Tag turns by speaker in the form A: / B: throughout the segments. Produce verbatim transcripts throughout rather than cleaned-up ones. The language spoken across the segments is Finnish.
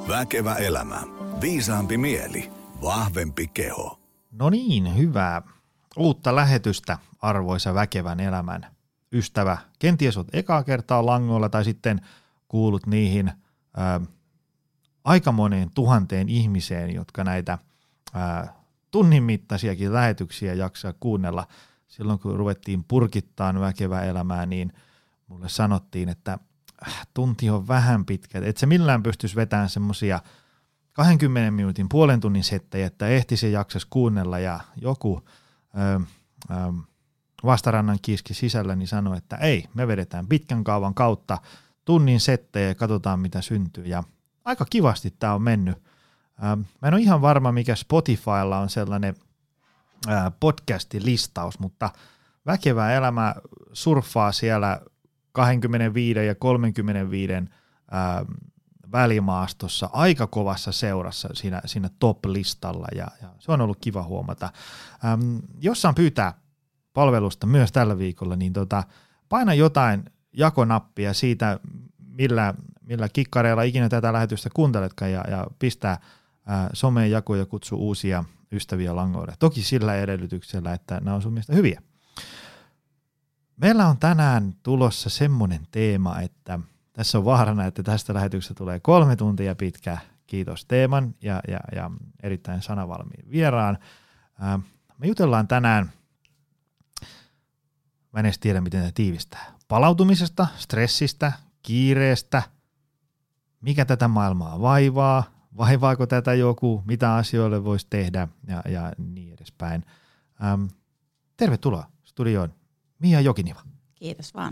A: Väkevä elämä. Viisaampi mieli. Vahvempi keho.
B: No niin, hyvää uutta lähetystä, arvoisa väkevän elämän ystävä. Kenties olet ekaa kertaa langoilla tai sitten kuulut niihin ää, aika moneen tuhanteen ihmiseen, jotka näitä ää, tunnin mittaisiakin lähetyksiä jaksaa kuunnella. Silloin kun ruvettiin purkittaan väkevää elämää, niin mulle sanottiin, että tunti on vähän pitkä, että se millään pystyisi vetämään semmoisia kahdenkymmenen minuutin puolen tunnin settejä, että ehtisi jaksaisi kuunnella, ja joku ö, ö, vastarannan kiiski sisällä niin sanoi, että ei, me vedetään pitkän kaavan kautta tunnin settejä ja katsotaan mitä syntyy, ja aika kivasti tämä on mennyt. Ö, mä en ole ihan varma mikä Spotifylla on sellainen ö, podcastilistaus, mutta väkevää elämä surffaa siellä kaksikymmentäviisi ja kolmekymmentäviisi ää, välimaastossa aika kovassa seurassa siinä, siinä top-listalla, ja, ja se on ollut kiva huomata. Ähm, jos saan pyytää palvelusta myös tällä viikolla, niin tota, paina jotain jakonappia siitä, millä, millä kikkareilla ikinä tätä lähetystä kuunteletkaan, ja, ja pistää ää, someen jakoon ja kutsu uusia ystäviä langoille. Toki sillä edellytyksellä, että nämä on sun mielestä hyviä. Meillä on tänään tulossa semmoinen teema, että tässä on vaarana, että tästä lähetyksestä tulee kolme tuntia pitkä. Kiitos teeman ja, ja, ja erittäin sanavalmiin vieraan. Ää, me jutellaan tänään, mä en edes tiedä miten tämä tiivistää, palautumisesta, stressistä, kiireestä, mikä tätä maailmaa vaivaa, vaivaako tätä joku, mitä asioille voisi tehdä ja, ja niin edespäin. Ää, tervetuloa studioon. Mia Jokiniva.
C: Kiitos vaan.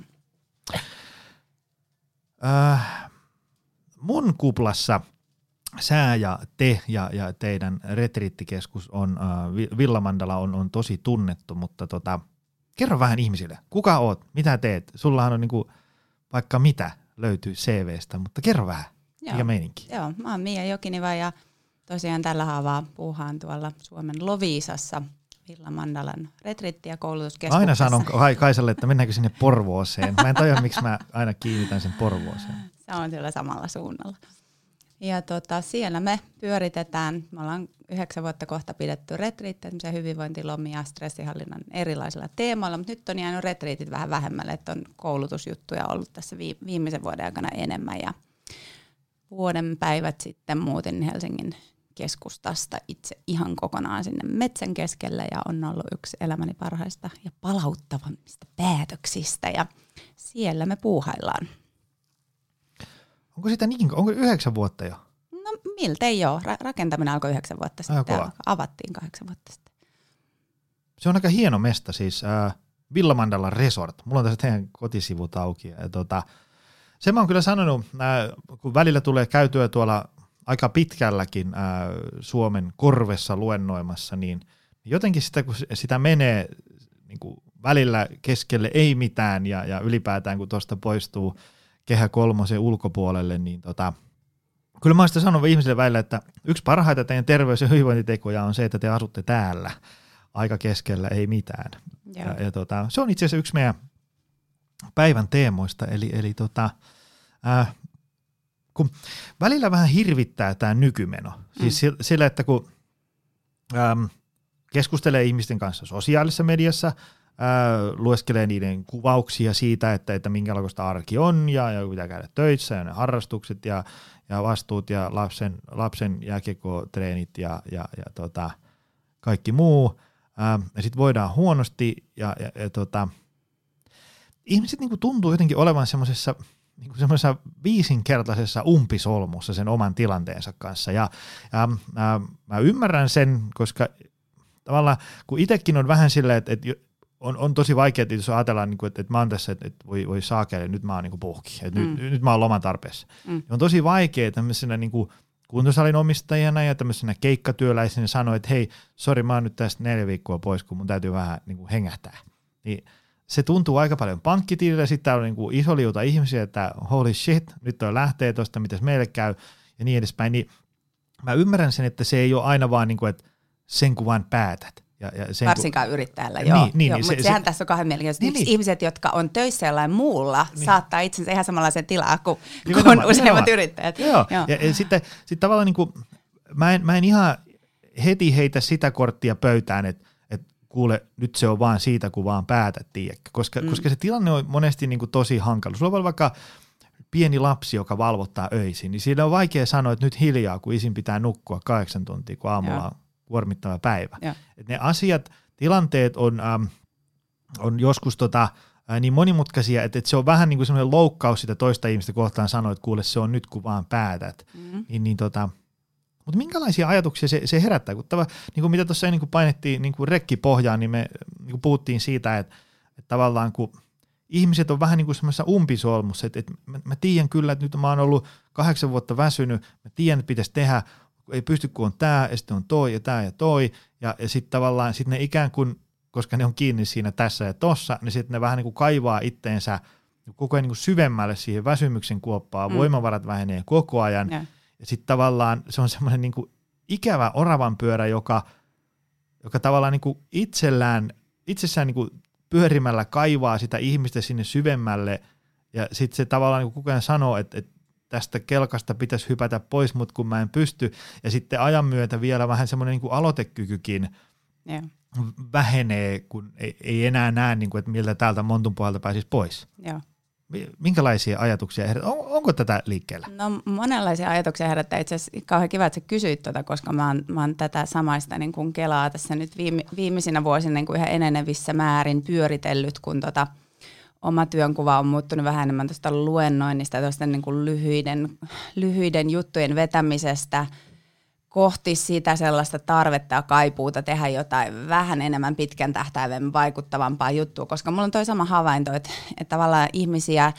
B: Äh, mun kuplassa sää ja te ja, ja teidän retriittikeskus on, äh, Villamandala on, on tosi tunnettu, mutta tota, kerro vähän ihmisille, kuka oot, mitä teet? Sullahan on niinku vaikka mitä löytyy C V:stä, mutta kerro vähän,
C: Joo.
B: mikä meininki?
C: Joo, mä oon Mia Jokiniva ja tosiaan tällä haavaa puuhaan tuolla Suomen Loviisassa Villamandalan retriitti- ja koulutuskeskuksessa.
B: Aina sanon Kaisalle, että mennäänkö sinne Porvooseen. Mä en tajua, miksi mä aina kiinnitän sen Porvooseen.
C: Se on siellä samalla suunnalla. Ja tota, siellä me pyöritetään, me ollaan yhdeksän vuotta kohta pidetty retriittejä, hyvinvointilomia ja stressihallinnan erilaisilla teemoilla, mutta nyt on jäänyt retriitit vähän vähemmälle, että on koulutusjuttuja ollut tässä viimeisen vuoden aikana enemmän. Ja vuoden päivät sitten muutin Helsingin keskustasta itse ihan kokonaan sinne metsän keskelle, ja on ollut yksi elämäni parhaista ja palauttavammista päätöksistä, ja siellä me puuhaillaan.
B: Onko sitä niin, onko yhdeksän vuotta jo?
C: No miltei joo, Ra- rakentaminen alkoi yhdeksän vuotta sitten, avattiin kahdeksan vuotta sitten.
B: Se on aika hieno mesta, siis äh, Villamandalan Resort. Mulla on tässä teidän kotisivut auki, ja tota, sen mä oon kyllä sanonut, äh, kun välillä tulee käytyä tuolla aika pitkälläkin ää, Suomen korvessa luennoimassa, niin jotenkin sitä, kun sitä menee niin kuin välillä keskelle ei mitään, ja, ja ylipäätään kun tuosta poistuu Kehä Kolmosen ulkopuolelle, niin tota, kyllä mä oon sitä sanonut ihmisille välillä, että yksi parhaita teidän terveys- ja hyvinvointitekoja on se, että te asutte täällä aika keskellä ei mitään. Ja, ja tota, se on itse asiassa yksi meidän päivän teemoista, eli, eli tota, ää, kun välillä vähän hirvittää tämä nykymeno. Siis mm. sillä, että kun äm, keskustelee ihmisten kanssa sosiaalisessa mediassa, ää, lueskelee niiden kuvauksia siitä, että, että minkälaista arki on, ja, ja pitää käydä töissä, ja ne harrastukset, ja, ja vastuut, ja lapsen, lapsen jääkiekkotreenit, ja, ja, ja tota, kaikki muu. Ää, ja sitten voidaan huonosti, ja, ja, ja tota, ihmiset niinku tuntuu jotenkin olevan semmoisessa niin kuin semmoisessa viisinkertaisessa umpisolmussa sen oman tilanteensa kanssa. Ja, ja ää, mä ymmärrän sen, koska tavallaan kun itsekin on vähän silleen, että, että on, on tosi vaikea, että jos ajatellaan, että, että mä oon tässä, että, että voi, voi saakeli, nyt mä oon niin puhki, että mm. nyt, nyt mä oon loman tarpeessa. Mm. On tosi vaikea tämmöisenä niin kuin kuntosalin omistajana ja tämmöisenä keikkatyöläisenä sanoa, että hei, sori, mä oon nyt tästä neljä viikkoa pois, kun mun täytyy vähän niin kuin hengähtää. Niin se tuntuu aika paljon pankkitilille, sitten täällä on niin kuin iso liuta ihmisiä, että holy shit, nyt toi lähtee tuosta, mitäs meille käy ja niin edespäin. Niin mä ymmärrän sen, että se ei ole aina vaan niin kuin, että sen kun vaan päätät, Ja, ja sen,
C: varsinkaan yrittäjällä,
B: niin,
C: joo.
B: Niin,
C: joo
B: niin,
C: mutta
B: se,
C: sehän
B: se,
C: tässä on kahden mielenkiintoista.
B: Niin, niin.
C: Ihmiset, jotka on töissä jollain muulla, niin. saattaa itsensä ihan samanlaiseen tilaan kuin, kuin useimmat nimenomaan. Yrittäjät.
B: Joo, joo. Ja, ja sitten sit tavallaan niin kuin, mä, en, mä en ihan heti heitä sitä korttia pöytään, että et, kuule, nyt se on vaan siitä, kun vaan päätät, tiedäkö? Koska, mm. koska se tilanne on monesti niin kuin tosi hankala. Sulla on vaikka pieni lapsi, joka valvottaa öisin, niin siinä on vaikea sanoa, että nyt hiljaa, kun isin pitää nukkua kahdeksan tuntia, kun aamulla on kuormittava päivä. Et ne asiat, tilanteet on, ähm, on joskus tota, äh, niin monimutkaisia, että, että se on vähän niin kuin semmoinen loukkaus sitä toista ihmistä kohtaan sanoa, että kuule, se on nyt, kun vaan päätät. Mm-hmm. Niin, niin tota, mutta minkälaisia ajatuksia se, se herättää? Kun tava, niin kuin mitä tuossa niin kuin painettiin niin kuin rekkipohjaan, niin me niin kuin puhuttiin siitä, että, että tavallaan kun ihmiset on vähän niin kuin semmoisessa umpisolmussa, että, että mä, mä tiedän kyllä, että nyt mä oon ollut kahdeksan vuotta väsynyt, mä tiedän, että pitäisi tehdä, ei pysty, kun on tää, ja sitten on toi, ja tää, ja toi, ja, ja sitten tavallaan sit ne ikään kuin, koska ne on kiinni siinä tässä ja tossa, niin sitten ne vähän niin kuin kaivaa itteensä koko ajan niin kuin syvemmälle siihen väsymyksen kuoppaan, mm. voimavarat vähenee koko ajan, ja, ja sitten tavallaan se on semmoinen niin kuin ikävä oravanpyörä, joka, joka tavallaan niin kuin itsellään, itsessään niin kuin pyörimällä kaivaa sitä ihmistä sinne syvemmälle, ja sitten se tavallaan niin kuin koko ajan sanoo, että, että tästä kelkasta pitäisi hypätä pois, mutta kun mä en pysty, ja sitten ajan myötä vielä vähän semmoinen niin kuin aloitekykykin yeah. vähenee, kun ei, ei enää näe, niin kuin, että miltä täältä montun pohjalta pääsisi pois. Yeah. Minkälaisia ajatuksia herättää? On, onko tätä liikkeellä?
C: No monenlaisia ajatuksia herättää. Itse asiassa kauhean kiva, että sä kysyit tuota, koska mä oon, mä oon tätä samaista niin kuin Kelaa tässä nyt viime, viimeisinä vuosina niin kuin ihan enenevissä määrin pyöritellyt, kun tota, oma työnkuva on muuttunut vähän enemmän tuosta luennoinnista, tuosta niin kuin lyhyiden, lyhyiden juttujen vetämisestä kohti sitä sellaista tarvetta ja kaipuuta tehdä jotain vähän enemmän pitkän tähtäimen vaikuttavampaa juttua, koska mulla on toi sama havainto, että, että tavallaan ihmisiä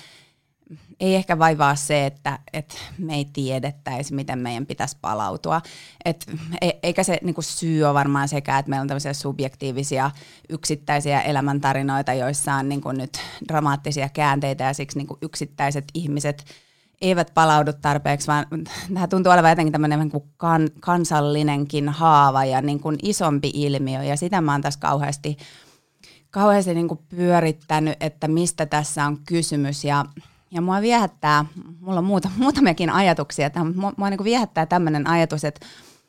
C: ei ehkä vaivaa se, että, että me ei tiedettäisi, miten meidän pitäisi palautua. Et, eikä se niin kuin syy ole varmaan sekä, että meillä on tämmöisiä subjektiivisia yksittäisiä elämäntarinoita, joissa on niin kuin nyt dramaattisia käänteitä ja siksi niin kuin yksittäiset ihmiset eivät palaudu tarpeeksi, vaan tämä tuntuu olevan jotenkin tämmöinen niin kuin kan, kansallinenkin haava ja niin kuin isompi ilmiö. Ja sitä mä oon tässä kauheasti, kauheasti niin kuin pyörittänyt, että mistä tässä on kysymys. Ja, ja mua viehättää, mulla on muuta, muutamiakin ajatuksia, mutta mua, mua niin kuin viehättää tämmöinen ajatus, että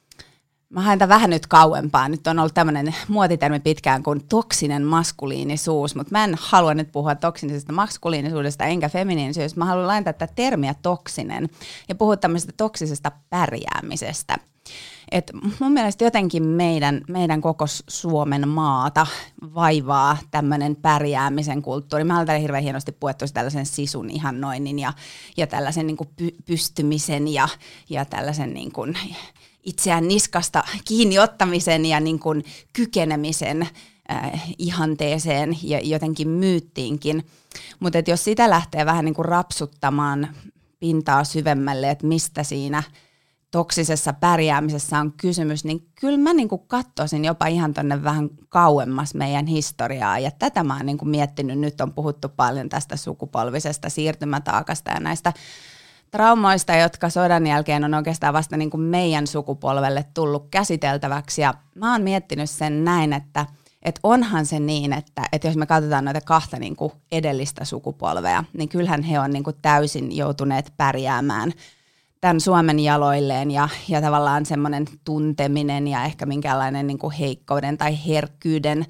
C: mä haen tämän vähän nyt kauempaa. Nyt on ollut tämmöinen muotitermi pitkään kuin toksinen maskuliinisuus, mutta mä en halua nyt puhua toksinisesta maskuliinisuudesta enkä feminiinisuudesta. Mä haluan laittaa tätä termiä toksinen ja puhua tämmöisestä toksisesta pärjäämisestä. Et mun mielestä jotenkin meidän, meidän koko Suomen maata vaivaa tämmöinen pärjäämisen kulttuuri. Mä olen täällä hirveän hienosti puettu tällaisen sisun ihannoinnin ja, ja tällaisen niin kuin py, pystymisen ja, ja tällaisen niin kuin itseään niskasta kiinni ottamisen ja niin kuin kykenemisen äh, ihanteeseen ja jotenkin myyttiinkin. Mutta jos sitä lähtee vähän niin kuin rapsuttamaan pintaa syvemmälle, että mistä siinä toksisessa pärjäämisessä on kysymys, niin kyllä mä niin kuin katsoisin jopa ihan tonne vähän kauemmas meidän historiaa. Ja tätä mä oon niin kuin miettinyt, nyt on puhuttu paljon tästä sukupolvisesta siirtymätaakasta ja näistä traumoista, jotka sodan jälkeen on oikeastaan vasta niin kuin meidän sukupolvelle tullut käsiteltäväksi. Ja mä oon miettinyt sen näin, että, että onhan se niin, että, että jos me katsotaan noita kahta niin kuin edellistä sukupolvea, niin kyllähän he on niin kuin täysin joutuneet pärjäämään tämän Suomen jaloilleen ja, ja tavallaan semmoinen tunteminen ja ehkä minkäänlainen niin kuin heikkouden tai herkkyyden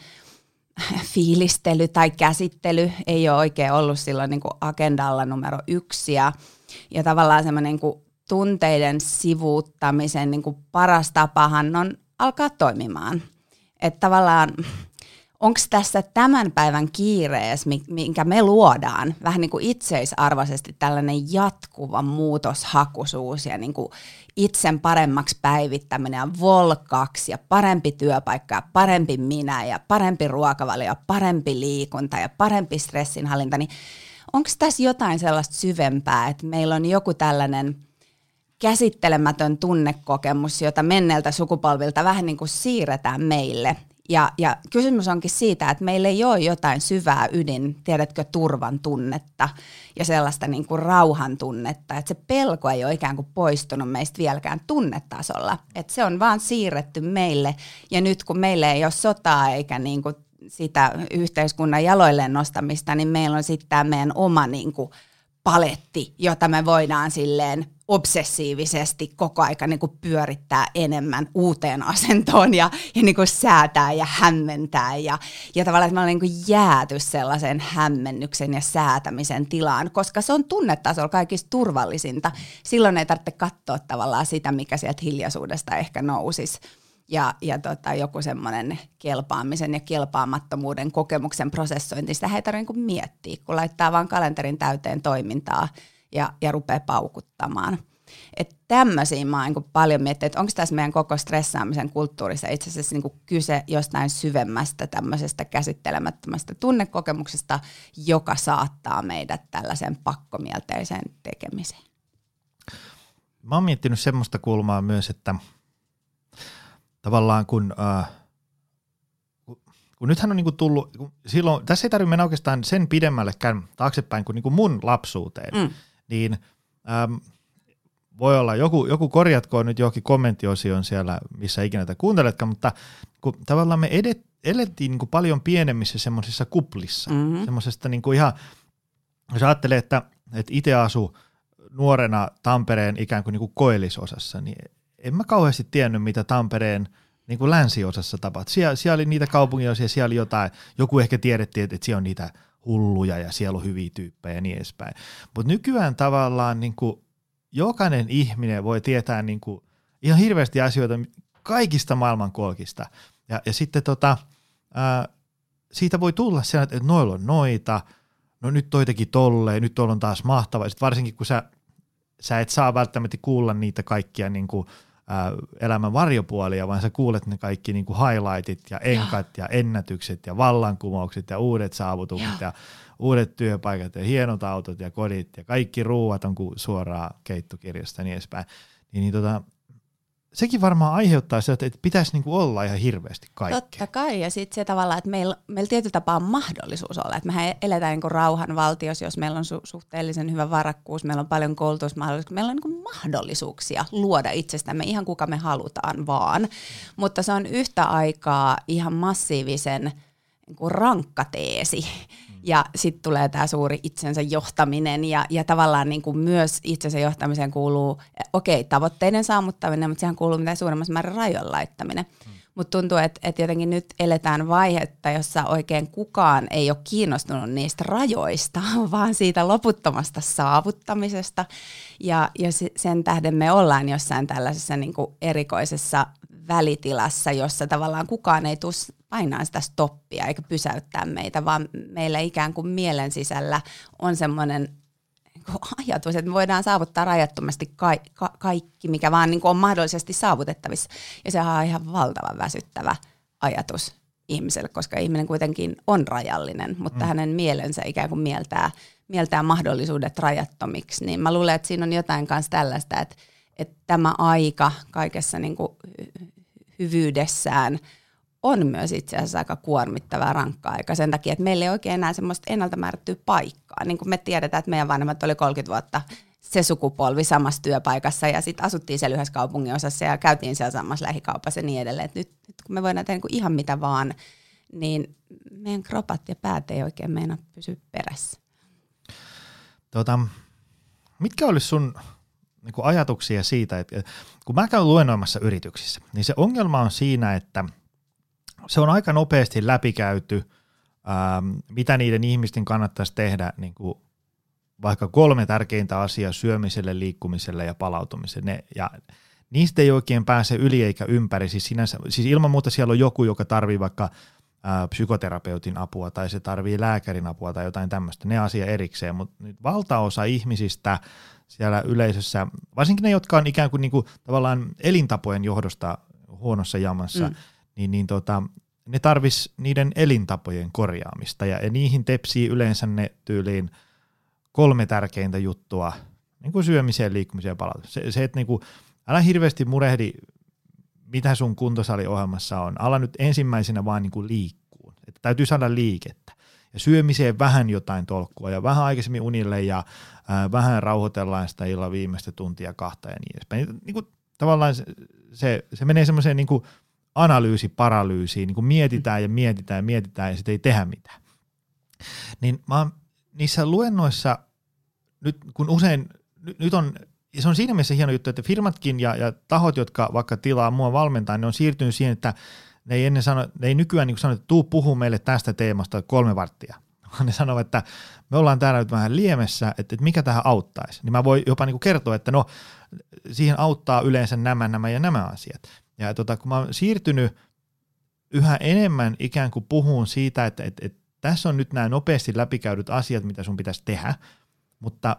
C: fiilistely tai käsittely ei ole oikein ollut silloin niin kuin agendalla numero yksi ja, ja tavallaan semmoinen niin kuin tunteiden sivuuttamisen niin kuin paras tapahan on alkaa toimimaan. Että tavallaan onko tässä tämän päivän kiireessä, minkä me luodaan, vähän niin kuin itseisarvoisesti tällainen jatkuva muutoshakuisuus ja niin kuin itsen paremmaksi päivittäminen ja volkaksi ja parempi työpaikka ja parempi minä ja parempi ruokavalio ja parempi liikunta ja parempi stressinhallinta, niin onko tässä jotain sellaista syvempää, että meillä on joku tällainen käsittelemätön tunnekokemus, jota menneeltä sukupolvilta vähän niin kuin siirretään meille Ja, ja kysymys onkin siitä, että meillä ei ole jotain syvää ydin, tiedätkö, turvan tunnetta ja sellaista niin kuin rauhan tunnetta, että se pelko ei ole ikään kuin poistunut meistä vieläkään tunnetasolla, että se on vaan siirretty meille ja nyt kun meillä ei ole sotaa eikä niin kuin sitä yhteiskunnan jaloilleen nostamista, niin meillä on sitten tämä meidän oma niin kuin paletti, jota me voidaan silleen obsessiivisesti koko aika niin kuin pyörittää enemmän uuteen asentoon ja, ja niin kuin säätää ja hämmentää. Ja, ja tavallaan, että me ollaan niin kuin jääty sellaisen hämmennyksen ja säätämisen tilaan, koska se on tunnetasolla kaikista turvallisinta. Silloin ei tarvitse katsoa tavallaan sitä, mikä sieltä hiljaisuudesta ehkä nousisi. Ja, ja tota, joku semmoinen kelpaamisen ja kelpaamattomuuden kokemuksen prosessointi, sitä ei tarvitse niin miettiä, kun laittaa vaan kalenterin täyteen toimintaa ja, ja rupeaa paukuttamaan. Että tämmöisiä mä oon niin paljon miettinyt, että onko tässä meidän koko stressaamisen kulttuurissa itse asiassa niin kyse jostain syvemmästä tämmöisestä käsittelemättömästä tunnekokemuksesta, joka saattaa meidät tällaiseen pakkomielteiseen tekemiseen.
B: Mä oon miettinyt semmoista kulmaa myös, että tavallaan kun, äh, kun, kun nythän on niinku tullut, kun silloin, tässä ei tarvitse mennä oikeastaan sen pidemmällekään taaksepäin kuin niinku mun lapsuuteen, mm. niin ähm, voi olla, joku, joku korjatkoon nyt johonkin kommenttiosioon siellä, missä ikinä tätä kuunteletkaan, mutta kun tavallaan me edet, elettiin niinku paljon pienemmissä semmoisissa kuplissa, mm-hmm. semmoisesta niinku ihan, jos ajattelee, että, että itse asu nuorena Tampereen ikään kuin, niinku koillisosassa, niin en mä kauheasti tiennyt, mitä Tampereen niin kuin länsiosassa tapahtui. Sie- siellä oli niitä kaupunginosia, siellä oli jotain, joku ehkä tiedettiin, että, että siellä on niitä hulluja ja siellä on hyviä tyyppejä ja niin edespäin. Mutta nykyään tavallaan niin kuin jokainen ihminen voi tietää niin kuin ihan hirveästi asioita kaikista maailmankolkista. Ja, ja sitten tota, ää, siitä voi tulla se, että noilla on noita, no nyt toi teki tolleen, nyt tuolla on taas mahtavaa. Sitten varsinkin kun sä, sä et saa välttämättä kuulla niitä kaikkia niin kuin elämän varjopuolia, vaan sä kuulet ne kaikki niin kuin highlightit ja enkat ja, ja ennätykset ja vallankumoukset ja uudet saavutukset ja. ja uudet työpaikat ja hienot autot ja kodit ja kaikki ruuat on kuin suoraan keittokirjasta ja niin edespäin. Niin, niin tota, sekin varmaan aiheuttaa sitä, että pitäisi niinku olla ihan hirveästi kaikkea.
C: Totta kai, ja sitten se tavallaan, että meillä, meillä tietyllä tapaa on mahdollisuus olla, että mehän eletään niinku rauhan valtiossa, jos meillä on su- suhteellisen hyvä varakkuus, meillä on paljon koulutusmahdollisuuksia, meillä on niinku mahdollisuuksia luoda itsestämme ihan kuka me halutaan vaan, mutta se on yhtä aikaa ihan massiivisen niinku rankka teesi. Ja sitten tulee tämä suuri itsensä johtaminen ja, ja tavallaan niin kuin myös itsensä johtamiseen kuuluu, okei, tavoitteiden saavuttaminen, mutta siihen kuuluu mitä suuremmassa määrin rajojen laittaminen. Hmm. Mutta tuntuu, että et jotenkin nyt eletään vaihetta, jossa oikein kukaan ei ole kiinnostunut niistä rajoista, vaan siitä loputtomasta saavuttamisesta. Ja, ja sen tähden me ollaan jossain tällaisessa niin kuin erikoisessa välitilassa, jossa tavallaan kukaan ei tule painaa sitä stoppia eikä pysäyttää meitä, vaan meillä ikään kuin mielen sisällä on semmoinen ajatus, että me voidaan saavuttaa rajattomasti ka- ka- kaikki, mikä vaan niin kuin on mahdollisesti saavutettavissa. Ja se on ihan valtavan väsyttävä ajatus ihmiselle, koska ihminen kuitenkin on rajallinen, mutta mm. hänen mielensä ikään kuin mieltää, mieltää mahdollisuudet rajattomiksi. Niin mä luulen, että siinä on jotain kanssa tällaista, että, että tämä aika kaikessa niin kuin hyvyydessään on myös itse asiassa aika kuormittavaa rankkaa aika sen takia, että meillä ei oikein enää semmoista ennalta määrättyä paikkaa. Niin kuin me tiedetään, että meidän vanhemmat oli kolmekymmentä vuotta se sukupolvi samassa työpaikassa ja sitten asuttiin siellä yhdessä kaupungin osassa ja käytiin siellä samassa lähikaupassa ja niin edelleen. Et nyt, nyt kun me voidaan tehdä niin ihan mitä vaan, niin meidän kropat ja päät ei oikein meinaa pysyä perässä.
B: Tota, mitkä olisi sun niin kuin ajatuksia siitä, että kun mä käyn luennoimassa yrityksissä, niin se ongelma on siinä, että se on aika nopeasti läpikäyty, ähm, mitä niiden ihmisten kannattaisi tehdä, niin kuin vaikka kolme tärkeintä asiaa syömiselle, liikkumiselle ja palautumiselle. Ne, ja niistä ei oikein pääse yli eikä ympäri. Siis, sinänsä, siis ilman muuta siellä on joku, joka tarvii vaikka äh, psykoterapeutin apua tai se tarvii lääkärin apua tai jotain tämmöistä. Ne asia erikseen, mutta nyt valtaosa ihmisistä siellä yleisössä, varsinkin ne, jotka on ikään kuin, niin kuin tavallaan elintapojen johdosta huonossa jamassa, mm. niin, niin tota, ne tarvis niiden elintapojen korjaamista ja, ja niihin tepsii yleensä ne tyyliin kolme tärkeintä juttua, niin kuin syömiseen, liikkumiseen ja palautumiseen. Se, se että niin kuin, älä hirveästi murehdi mitä sun kuntosaliohjelmassa on. Ala nyt ensimmäisenä vaan niin kuin liikkuu. Että täytyy saada liikettä. Ja syömiseen vähän jotain tolkkua ja vähän aikaisemmin unille ja ää, vähän rauhoitellaan sitä illan viimeistä tuntia kahta ja niin edespäin. Niin kuin, tavallaan se, se, se menee semmoiseen niin kuin analyysi-paralyysiin, niin kuin mietitään ja mietitään ja mietitään ja sitten ei tehdä mitään. Niin mä oon niissä luennoissa, nyt kun usein, nyt, nyt on, se on siinä mielessä hieno juttu, että firmatkin ja, ja tahot, jotka vaikka tilaa mua valmentaa, ne on siirtynyt siihen, että ne ei, ennen sano, ne ei nykyään niin sano, että tuu puhuu meille tästä teemasta kolme varttia. Ne sanoo, että me ollaan täällä nyt vähän liemessä, että, että mikä tähän auttaisi. Niin mä voin jopa niin kuin kertoa, että no siihen auttaa yleensä nämä, nämä ja nämä asiat. Ja tota, kun mä oon siirtynyt yhä enemmän ikään kuin puhuun siitä, että, että, että tässä on nyt nämä nopeasti läpikäydyt asiat, mitä sun pitäisi tehdä, mutta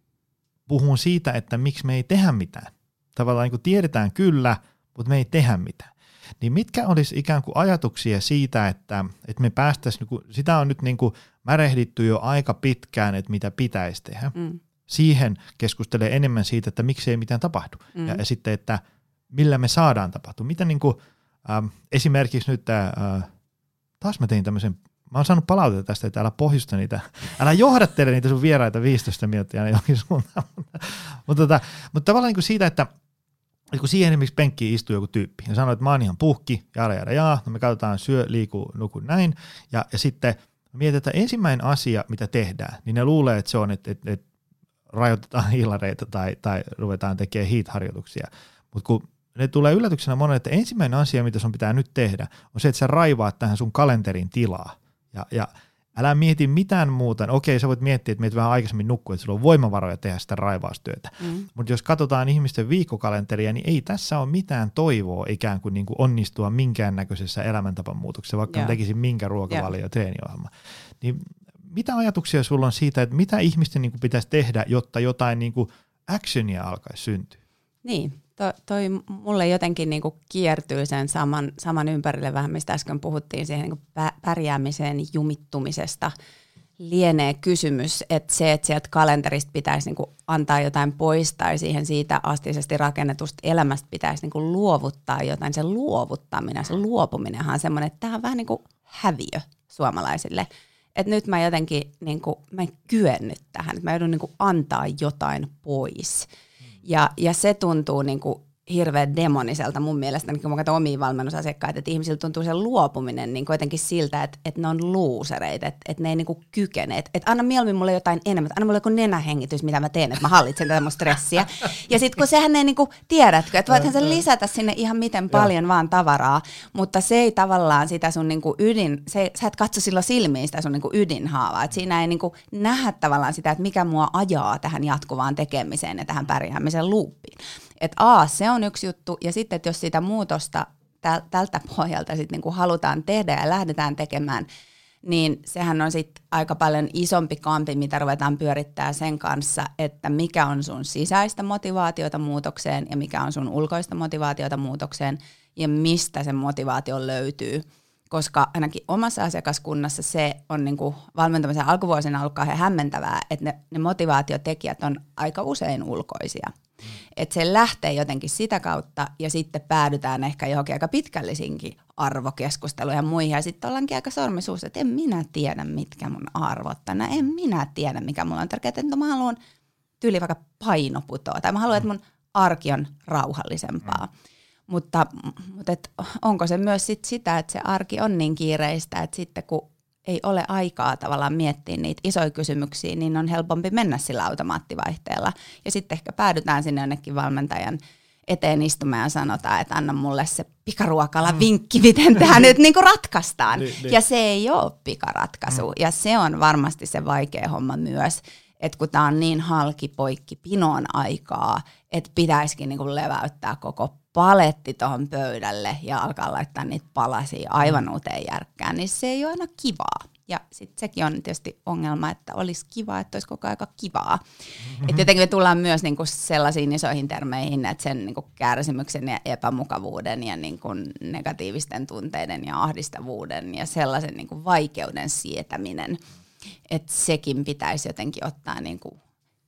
B: puhun siitä, että miksi me ei tehdä mitään. Tavallaan niin kuin tiedetään kyllä, mutta me ei tehdä mitään. Niin mitkä olisi ikään kuin ajatuksia siitä, että, että me päästäisiin, sitä on nyt niin kuin märehditty jo aika pitkään, että mitä pitäisi tehdä. Mm. Siihen keskustelee enemmän siitä, että miksi ei mitään tapahdu. Mm. Ja, ja sitten, että millä me saadaan tapahtua. Mitä niin kuin, äh, esimerkiksi nyt, äh, taas mä tein tämmöisen, mä oon saanut palautetta tästä, että älä pohjusta niitä, älä johdattele niitä sun vieraita viisitoista minuuttia aina johonkin suuntaan. mutta, mutta, mutta, mutta tavallaan niin kuin siitä, että kun siihen esimerkiksi penkkiin istuu joku tyyppi ja sanoo, että mä oon ihan puhki, jaada jaada jaa, no me katsotaan syö, liiku, nuku näin, ja, ja sitten mietitään ensimmäinen asia, mitä tehdään, niin ne luulee, että se on, että, että, että rajoitetaan hiilareita tai, tai ruvetaan tekemään heat-harjoituksia, mutta kun ne tulee yllätyksenä monelle, että ensimmäinen asia, mitä sun pitää nyt tehdä, on se, että sä raivaat tähän sun kalenterin tilaa, ja, ja älä mieti mitään muuta. Okei, sä voit miettiä, että meet vähän aikaisemmin nukkuu, että sulla on voimavaroja tehdä sitä raivaustyötä. Mm. Mutta jos katsotaan ihmisten viikkokalenteria, niin ei tässä ole mitään toivoa ikään kuin, niin kuin onnistua minkäännäköisessä elämäntapamuutoksessa, vaikka yeah. mä tekisin minkä ruokavalio- yeah. ja treeniohjelma. Niin mitä ajatuksia sulla on siitä, että mitä ihmisten niin kuin pitäisi tehdä, jotta jotain niin kuin actionia alkaisi syntyä?
C: Niin, to, toi mulle jotenkin niinku kiertyy sen saman, saman ympärille vähän, mistä äsken puhuttiin, siihen niinku pärjäämiseen jumittumisesta. Lienee kysymys, että se, että sieltä kalenterista pitäisi niinku antaa jotain pois tai siihen siitä astisesti rakennetusta elämästä pitäisi niinku luovuttaa jotain. Se luovuttaminen, se luopuminenhan on semmoinen, että tämä on vähän niin kuin häviö suomalaisille. Että nyt mä jotenkin, niinku, mä en kyennyt tähän, että mä joudun niinku antaa jotain pois. Ja, ja se tuntuu niinku hirveän demoniselta mun mielestä, niin kun mä katson omia valmennusasiakkaita, että ihmisillä tuntuu se luopuminen niin jotenkin siltä, että, että ne on luusereita, että, että ne ei niinku kykene. Että, että anna mieluummin mulle jotain enemmän, että anna mulle joku nenähengitys, mitä mä teen, että mä hallitsen tätä mun stressiä. Ja sitten kun sehän ei niinku, tiedätkö, että voithan sä lisätä sinne ihan miten paljon vaan tavaraa, mutta se ei tavallaan sitä sun niinku ydin, se, sä et katso silloin silmiin sitä sun niinku ydinhaavaa, että siinä ei niinku nähdä tavallaan sitä, että mikä mua ajaa tähän jatkuvaan tekemiseen ja tähän pärjäämisen luuppiin. Että a, se on yksi juttu, ja sitten, että jos sitä muutosta täl, tältä pohjalta sit niinku halutaan tehdä ja lähdetään tekemään, niin sehän on sitten aika paljon isompi kampi, mitä ruvetaan pyörittää sen kanssa, että mikä on sun sisäistä motivaatiota muutokseen ja mikä on sun ulkoista motivaatiota muutokseen ja mistä se motivaatio löytyy. Koska ainakin omassa asiakaskunnassa se on niinku valmentamisen alkuvuosina ollut kauhean hämmentävää, että ne, ne motivaatiotekijät on aika usein ulkoisia. Että se lähtee jotenkin sitä kautta ja sitten päädytään ehkä johonkin aika pitkällisiinkin arvokeskusteluihin ja muihin. Ja sitten ollaankin aika sormisuus, että en minä tiedä, mitkä mun arvot on. En minä tiedä, mikä mulla on tärkeää. Että no, mä haluan tyyli vaikka painoputoa tai mä haluan, että mun arki on rauhallisempaa. Mm. Mutta, mutta et onko se myös sit sitä, että se arki on niin kiireistä, että sitten kun ei ole aikaa tavallaan miettiä niitä isoja kysymyksiä, niin on helpompi mennä sillä automaattivaihteella. Ja sitten ehkä päädytään sinne jonnekin valmentajan eteen istumaan ja sanotaan, että anna mulle se pikaruokala vinkki, miten tämä nyt niin kuin ratkaistaan. Niin, niin. Ja se ei ole pikaratkaisu. Mm. Ja se on varmasti se vaikea homma myös, että kun tämä on niin halki poikki pinoon aikaa, että pitäisikin niin kuin leväyttää koko paletti tuohon pöydälle ja alkaa laittaa niitä palasia aivan uuteen järkkään, niin se ei ole aina kivaa. Ja sitten sekin on tietysti ongelma, että olisi kiva, että olisi koko aika kivaa. Mm-hmm. Että jotenkin me tullaan myös niinku sellaisiin isoihin termeihin, että sen niinku kärsimyksen ja epämukavuuden ja niinku negatiivisten tunteiden ja ahdistavuuden ja sellaisen niinku vaikeuden sietäminen, että sekin pitäisi jotenkin ottaa niinku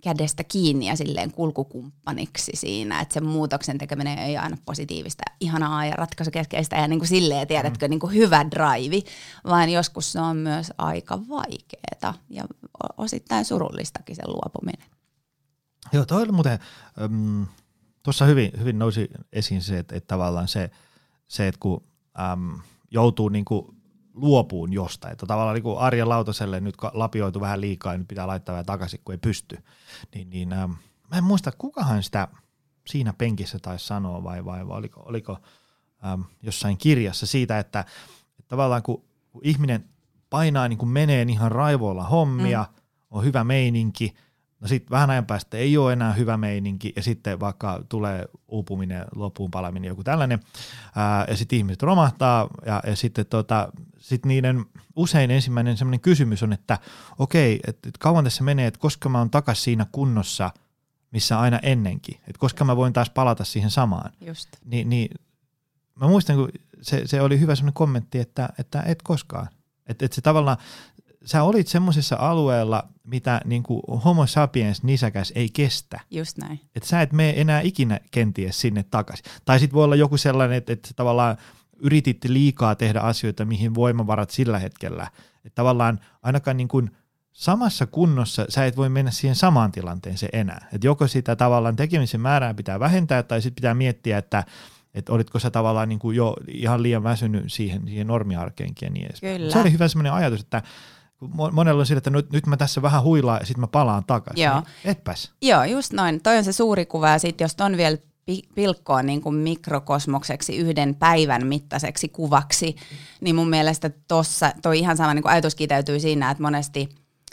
C: kädestä kiinni ja silleen kulkukumppaniksi siinä, että sen muutoksen tekeminen ei aina positiivista, ihanaa ja ratkaisukeskeistä ja niin kuin silleen, tiedätkö, mm. niin kuin hyvä drive, vaan joskus se on myös aika vaikeaa ja osittain surullistakin sen luopuminen.
B: Joo, toi oli muuten, um, tuossa hyvin, hyvin nousi esiin se, että, että tavallaan se, se että kun um, joutuu niinku luopuun jostain, että tavallaan niinku arjen lautaselle nyt lapioitu vähän liikaa ja nyt pitää laittaa vähän takaisin, kun ei pysty, niin, niin um, mä en muista, kukahan sitä siinä penkissä taisi sanoa vai, vai, vai oliko, oliko um, jossain kirjassa siitä, että, että tavallaan kun, kun ihminen painaa, niin kun menee ihan raivoilla hommia, mm. on hyvä meininki, no sitten vähän ajan päästä ei ole enää hyvä meininki ja sitten vaikka tulee uupuminen, loppuun palaminen, joku tällainen ää, ja sitten ihmiset romahtaa ja, ja sitten tota, sit niiden usein ensimmäinen semmoinen kysymys on, että okei, että et kauan tässä menee, että koska mä oon takaisin siinä kunnossa, missä aina ennenkin, että koska mä voin taas palata siihen samaan.
C: Just.
B: Ni, niin mä muistan, kun se, se oli hyvä semmoinen kommentti, että, että et koskaan. Että et se tavallaan, sä olit semmoisessa alueella, mitä niin kuin homo sapiens nisäkäs ei kestä.
C: Just näin.
B: Että sä et mene enää ikinä kenties sinne takaisin. Tai sitten voi olla joku sellainen, että, että tavallaan yritit liikaa tehdä asioita, mihin voimavarat sillä hetkellä. Että tavallaan ainakaan niin kuin samassa kunnossa sä et voi mennä siihen samaan tilanteeseen enää. Että joko sitä tavallaan tekemisen määrää pitää vähentää, tai sitten pitää miettiä, että että olitko sä tavallaan niin kuin jo ihan liian väsynyt siihen, siihen normiarkeenkin ja niin edespäin.
C: Kyllä.
B: Se oli hyvä semmoinen ajatus, että monella on sillä, että nyt, nyt mä tässä vähän huilaan ja sitten mä palaan takaisin.
C: Joo.
B: Niin etpäs.
C: Joo, just noin. Toi on se suuri kuva ja sitten jos ton vielä pilkkoa niin kuin mikrokosmokseksi yhden päivän mittaiseksi kuvaksi, niin mun mielestä tossa toi ihan sama niin kuin ajatus kiteytyy siinä, että monesti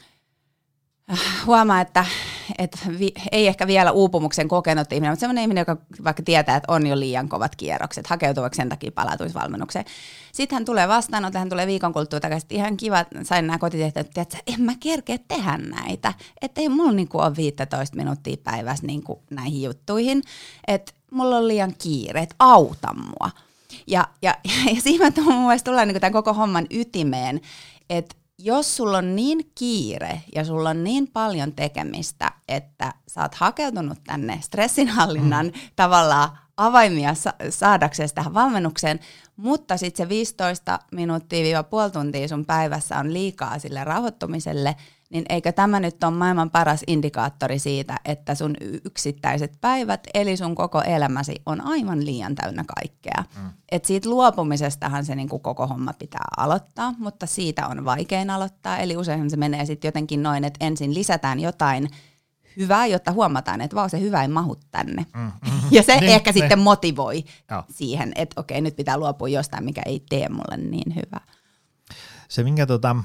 C: huomaa, että, että vi, ei ehkä vielä uupumuksen kokenut ihminen, mutta sellainen ihminen, joka vaikka tietää, että on jo liian kovat kierrokset, hakeutuvaksi sen takia palautumisvalmennukseen. Sitten hän tulee vastaan, hän tulee viikon kuluttua takaisin, ihan kiva, sain nämä kotitehtävät, että en mä kerkeä tehdä näitä, että ei mulla niinku ole viisitoista minuuttia päivässä niinku näihin juttuihin, että mulla on liian kiire, että auta mua. Ja, ja, ja siinä mun mielestä tullaan niinku tämän koko homman ytimeen, että jos sulla on niin kiire ja sulla on niin paljon tekemistä, että sä oot hakeutunut tänne stressinhallinnan mm. tavallaan avaimia sa- saadaksesi tähän valmennukseen, mutta sitten se viisitoista minuuttia puoli tuntia sun päivässä on liikaa sille rauhoittumiselle, niin eikö tämä nyt ole maailman paras indikaattori siitä, että sun yksittäiset päivät, eli sun koko elämäsi on aivan liian täynnä kaikkea. Mm. Et siitä luopumisestahan se niinku koko homma pitää aloittaa, mutta siitä on vaikein aloittaa, eli useinhan se menee sitten jotenkin noin, että ensin lisätään jotain hyvää, jotta huomataan, että vau, se hyvä ei mahu tänne. Mm, mm, ja se niin, ehkä ne. sitten motivoi Joo. siihen, että okei, nyt pitää luopua jostain, mikä ei tee mulle niin hyvää. Se, minkä tota,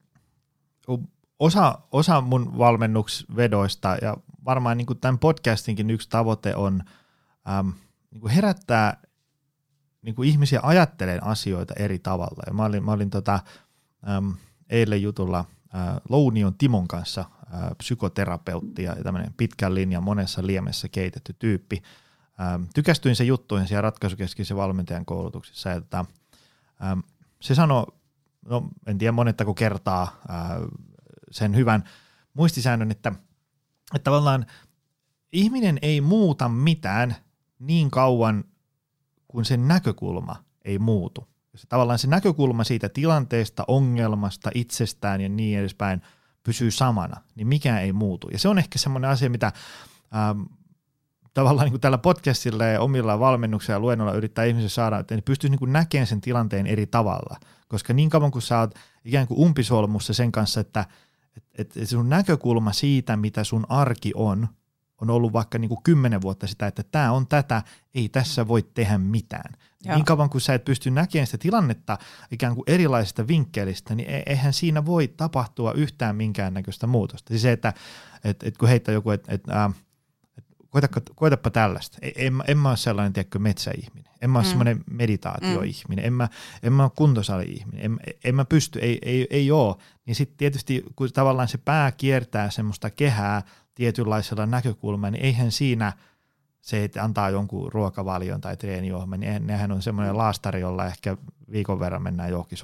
B: osa, osa mun valmennuksvedoista ja varmaan niin kuin tämän podcastinkin yksi tavoite on äm, niin kuin herättää niin kuin ihmisiä ajattelemaan asioita eri tavalla. Ja mä olin, mä olin tota, äm, eilen jutulla ä, Lounion Timon kanssa, ä, psykoterapeutti ja tämmöinen pitkän linjan monessa liemessä keitetty tyyppi. Ä, tykästyin sen juttuihin siellä ratkaisukeskeisen valmentajan koulutuksessa. Ja, tota, ä, se sanoi, no en tiedä monettako kertaa ä, sen hyvän muistisäännön, että, että tavallaan ihminen ei muuta mitään niin kauan, kun sen näkökulma ei muutu. Se, tavallaan se näkökulma siitä tilanteesta, ongelmasta, itsestään ja niin edespäin pysyy samana, niin mikään ei muutu. Ja se on ehkä semmoinen asia, mitä ähm, tavallaan niin kuin tällä podcastilla ja omilla valmennuksilla ja luennoilla yrittää ihmisiä saada, että ne pystyisi niin kuin näkemään sen tilanteen eri tavalla. Koska niin kauan kuin sä oot ikään kuin umpisolmussa sen kanssa, että että et sun näkökulma siitä, mitä sun arki on, on ollut vaikka niinku kymmenen vuotta sitä, että tämä on tätä, ei tässä voi tehdä mitään. Joo. Niin kauan kuin sä et pysty näkemään sitä tilannetta ikään kuin erilaisista vinkkelistä, niin eihän siinä voi tapahtua yhtään minkäännäköistä muutosta. Siis se, että et, et kun heittää joku, että et, äh, et, koitapa, koitapa tällaista. En, en mä ole sellainen, tiedätkö, metsäihminen. En mä ole mm. semmoinen meditaatioihminen. Mm. En, mä, en mä ole kuntosali-ihminen. En, en mä pysty, ei, ei, ei ole. Niin sitten tietysti, kun tavallaan se pää kiertää semmoista kehää tietynlaisella näkökulmalla, niin eihän siinä se, että antaa jonkun ruokavalion tai treeniohjelman, niin nehän on semmoinen laastari, jolla ehkä viikon verran mennään johonkin suuntaan.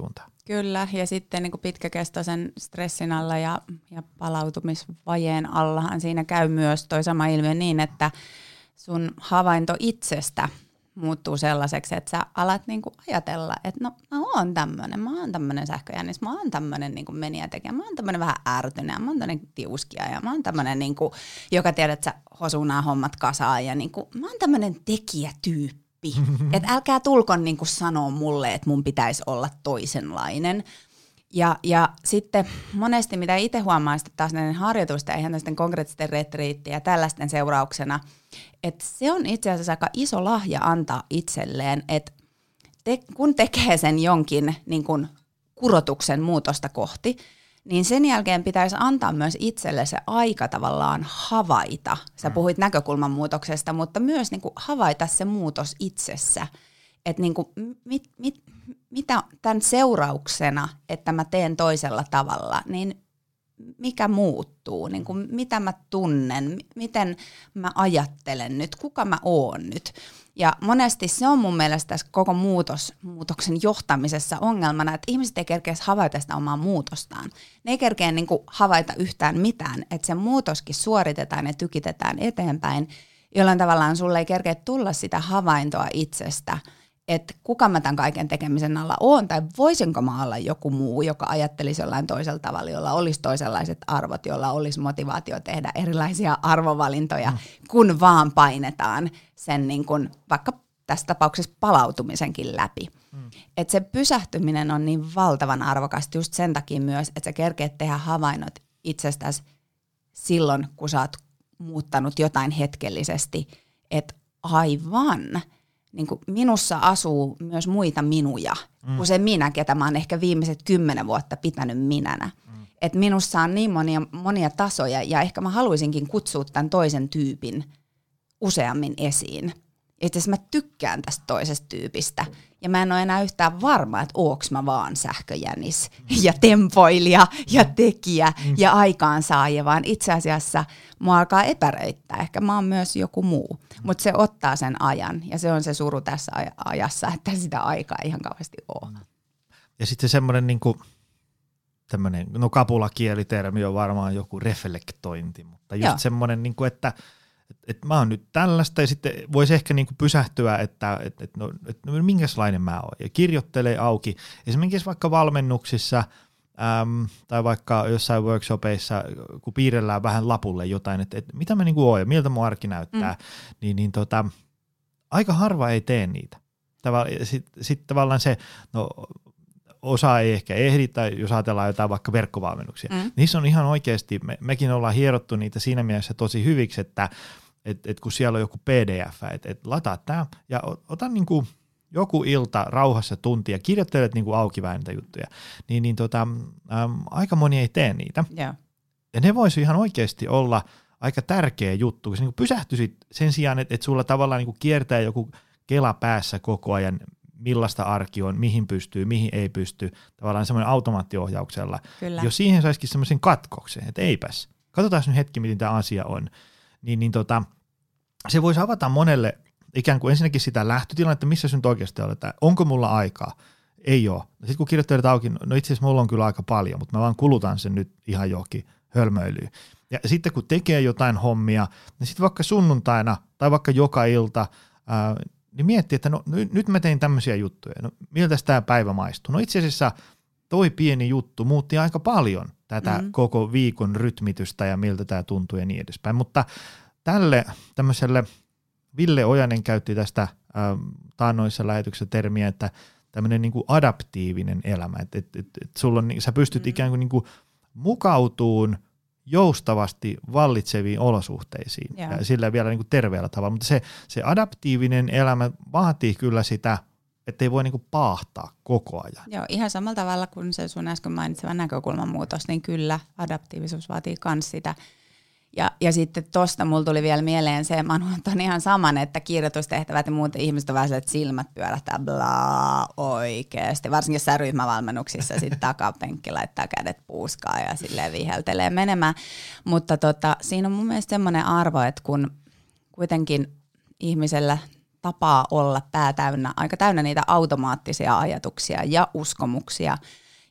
C: Kyllä, ja sitten niin kuin pitkäkestoisen stressin alla ja, ja palautumisvajeen allahan siinä käy myös toi sama ilmiö niin, että sun havainto itsestä muuttuu sellaiseksi, että sä alat niinku ajatella, että no mä oon tämmönen, mä oon tämmönen sähköjännis, mä oon tämmönen niinku menijätekijä, mä oon tämmönen vähän ärtyinen, mä oon tämmönen tiuskia ja mä oon tämmönen, niinku, joka tiedät, että sä hosuu nämä hommat kasaan ja niinku, mä oon tämmönen tekijätyyppi. Että älkää tulkon niinku sanoa mulle, että mun pitäisi olla toisenlainen. Ja, ja sitten monesti, mitä itse huomaa sitten taas näiden harjoitusten, ihan näisten konkreettisten retriittien ja tällaisten seurauksena, että se on itse asiassa aika iso lahja antaa itselleen, että te, kun tekee sen jonkin niin kun kurotuksen muutosta kohti, niin sen jälkeen pitäisi antaa myös itselle se aika tavallaan havaita. Sä puhuit näkökulman muutoksesta, mutta myös niin kuin havaita se muutos itsessä. Että niin kuin, mit, mit, mitä tämän seurauksena, että mä teen toisella tavalla, niin mikä muuttuu, niin kuin mitä mä tunnen, miten mä ajattelen nyt, kuka mä oon nyt. Ja monesti se on mun mielestä tässä koko muutos, muutoksen johtamisessa ongelmana, että ihmiset ei kerkeä havaita sitä omaa muutostaan. Ne ei kerkeä niin kuin havaita yhtään mitään, että se muutoskin suoritetaan ja tykitetään eteenpäin, jolloin tavallaan sulle ei kerkeä tulla sitä havaintoa itsestä, että kuka mä tämän kaiken tekemisen alla oon, tai voisinko mä olla joku muu, joka ajattelisi jollain toisella tavalla, jolla olisi toisenlaiset arvot, jolla olisi motivaatio tehdä erilaisia arvovalintoja, mm. kun vaan painetaan sen niin kun, vaikka tässä tapauksessa palautumisenkin läpi. Mm. Että se pysähtyminen on niin valtavan arvokasta just sen takia myös, että sä kerkeet tehdä havainnot itsestäsi silloin, kun sä oot muuttanut jotain hetkellisesti, että aivan, niin kuin minussa asuu myös muita minuja, mm. kuin se minä, ketä mä oon ehkä viimeiset kymmenen vuotta pitänyt minänä. Mm. Että minussa on niin monia, monia tasoja, ja ehkä mä haluaisinkin kutsua tämän toisen tyypin useammin esiin. Itse asiassa mä tykkään tästä toisesta tyypistä, ja mä en ole enää yhtään varma, että oonko mä vaan sähköjänis ja tempoilija ja tekijä mm. ja aikaansaaja, vaan itse asiassa mua alkaa epäröittää. Ehkä mä oon myös joku muu, mm. mutta se ottaa sen ajan, ja se on se suru tässä aj- ajassa, että sitä aikaa ei ihan kauheasti ole. Mm.
B: Ja sitten semmoinen niinku, tämmöinen, no kapulakielitermi on varmaan joku reflektointi, mutta just semmoinen, niinku, että että et mä oon nyt tällaista, ja sitten voisi ehkä niinku pysähtyä, että et, et no, et no, minkälainen mä oon, ja kirjoittelee auki. Esimerkiksi vaikka valmennuksissa äm, tai vaikka jossain workshopeissa, kun piirrellään vähän lapulle jotain, että et mitä mä niinku oon ja miltä mun arki näyttää, mm. niin, niin tota, aika harva ei tee niitä. Sitten sit tavallaan se, no osa ei ehkä ehdi, tai jos ajatellaan jotain vaikka verkkovalmennuksia, mm. niissä on ihan oikeasti, me, mekin ollaan hierottu niitä siinä mielessä tosi hyviksi, että et, et kun siellä on joku P D F, että et lataa tämä ja ota niinku joku ilta rauhassa tunti ja kirjoittelet niinku auki vähän niitä juttuja, niin, niin tota, äm, aika moni ei tee niitä. Yeah. Ja ne voisi ihan oikeasti olla aika tärkeä juttu, kun sä niinku pysähtyisit sen sijaan, että et sulla tavallaan niinku kiertää joku kela päässä koko ajan, millaista arki on, mihin pystyy, mihin ei pysty, tavallaan semmoinen automaattiohjauksella. Kyllä. Jos siihen saisikin semmoisen katkoksen, että eipäs, katsotaan nyt hetki, miten tämä asia on, niin, niin tota, se voisi avata monelle ikään kuin ensinnäkin sitä lähtötilannetta, missä sä nyt oikeasti olet, onko mulla aikaa, ei ole. Sitten kun kirjoittelet auki, no itse asiassa mulla on kyllä aika paljon, mutta mä vaan kulutan sen nyt ihan johonkin hölmöilyyn. Ja sitten kun tekee jotain hommia, niin sitten vaikka sunnuntaina tai vaikka joka ilta, ää, niin miettii, että no nyt mä tein tämmöisiä juttuja, no miltä tämä päivä maistuu? No itse asiassa toi pieni juttu muutti aika paljon tätä mm-hmm. koko viikon rytmitystä ja miltä tämä tuntuu ja niin edespäin, mutta tälle tämmöiselle, Ville Ojanen käytti tästä äh, taannoissa lähetyksessä termiä, että tämmöinen niinku adaptiivinen elämä, että et, et, et sulla on, sä pystyt mm-hmm. ikään kuin niinku mukautumaan joustavasti vallitseviin olosuhteisiin yeah. ja sillä vielä niinku terveellä tavalla, mutta se, se adaptiivinen elämä vaatii kyllä sitä, ettei voi niinku paahtaa koko ajan.
C: Joo, ihan samalla tavalla kuin se sun äsken mainitseva näkökulman muutos, niin kyllä adaptiivisuus vaatii myös sitä. Ja, ja sitten tosta mulla tuli vielä mieleen se, mä oon ihan saman, että kirjoitustehtävät ja muuten ihmiset on vähän se, että silmät pyörähtää blaa oikeesti. Varsinkin jossain ryhmävalmennuksissa sitten takapenkki laittaa kädet puuskaan ja silleen viheltelee menemään. Mutta tota, siinä on mun mielestä semmoinen arvo, että kun kuitenkin ihmisellä tapaa olla pää täynnä, aika täynnä niitä automaattisia ajatuksia ja uskomuksia,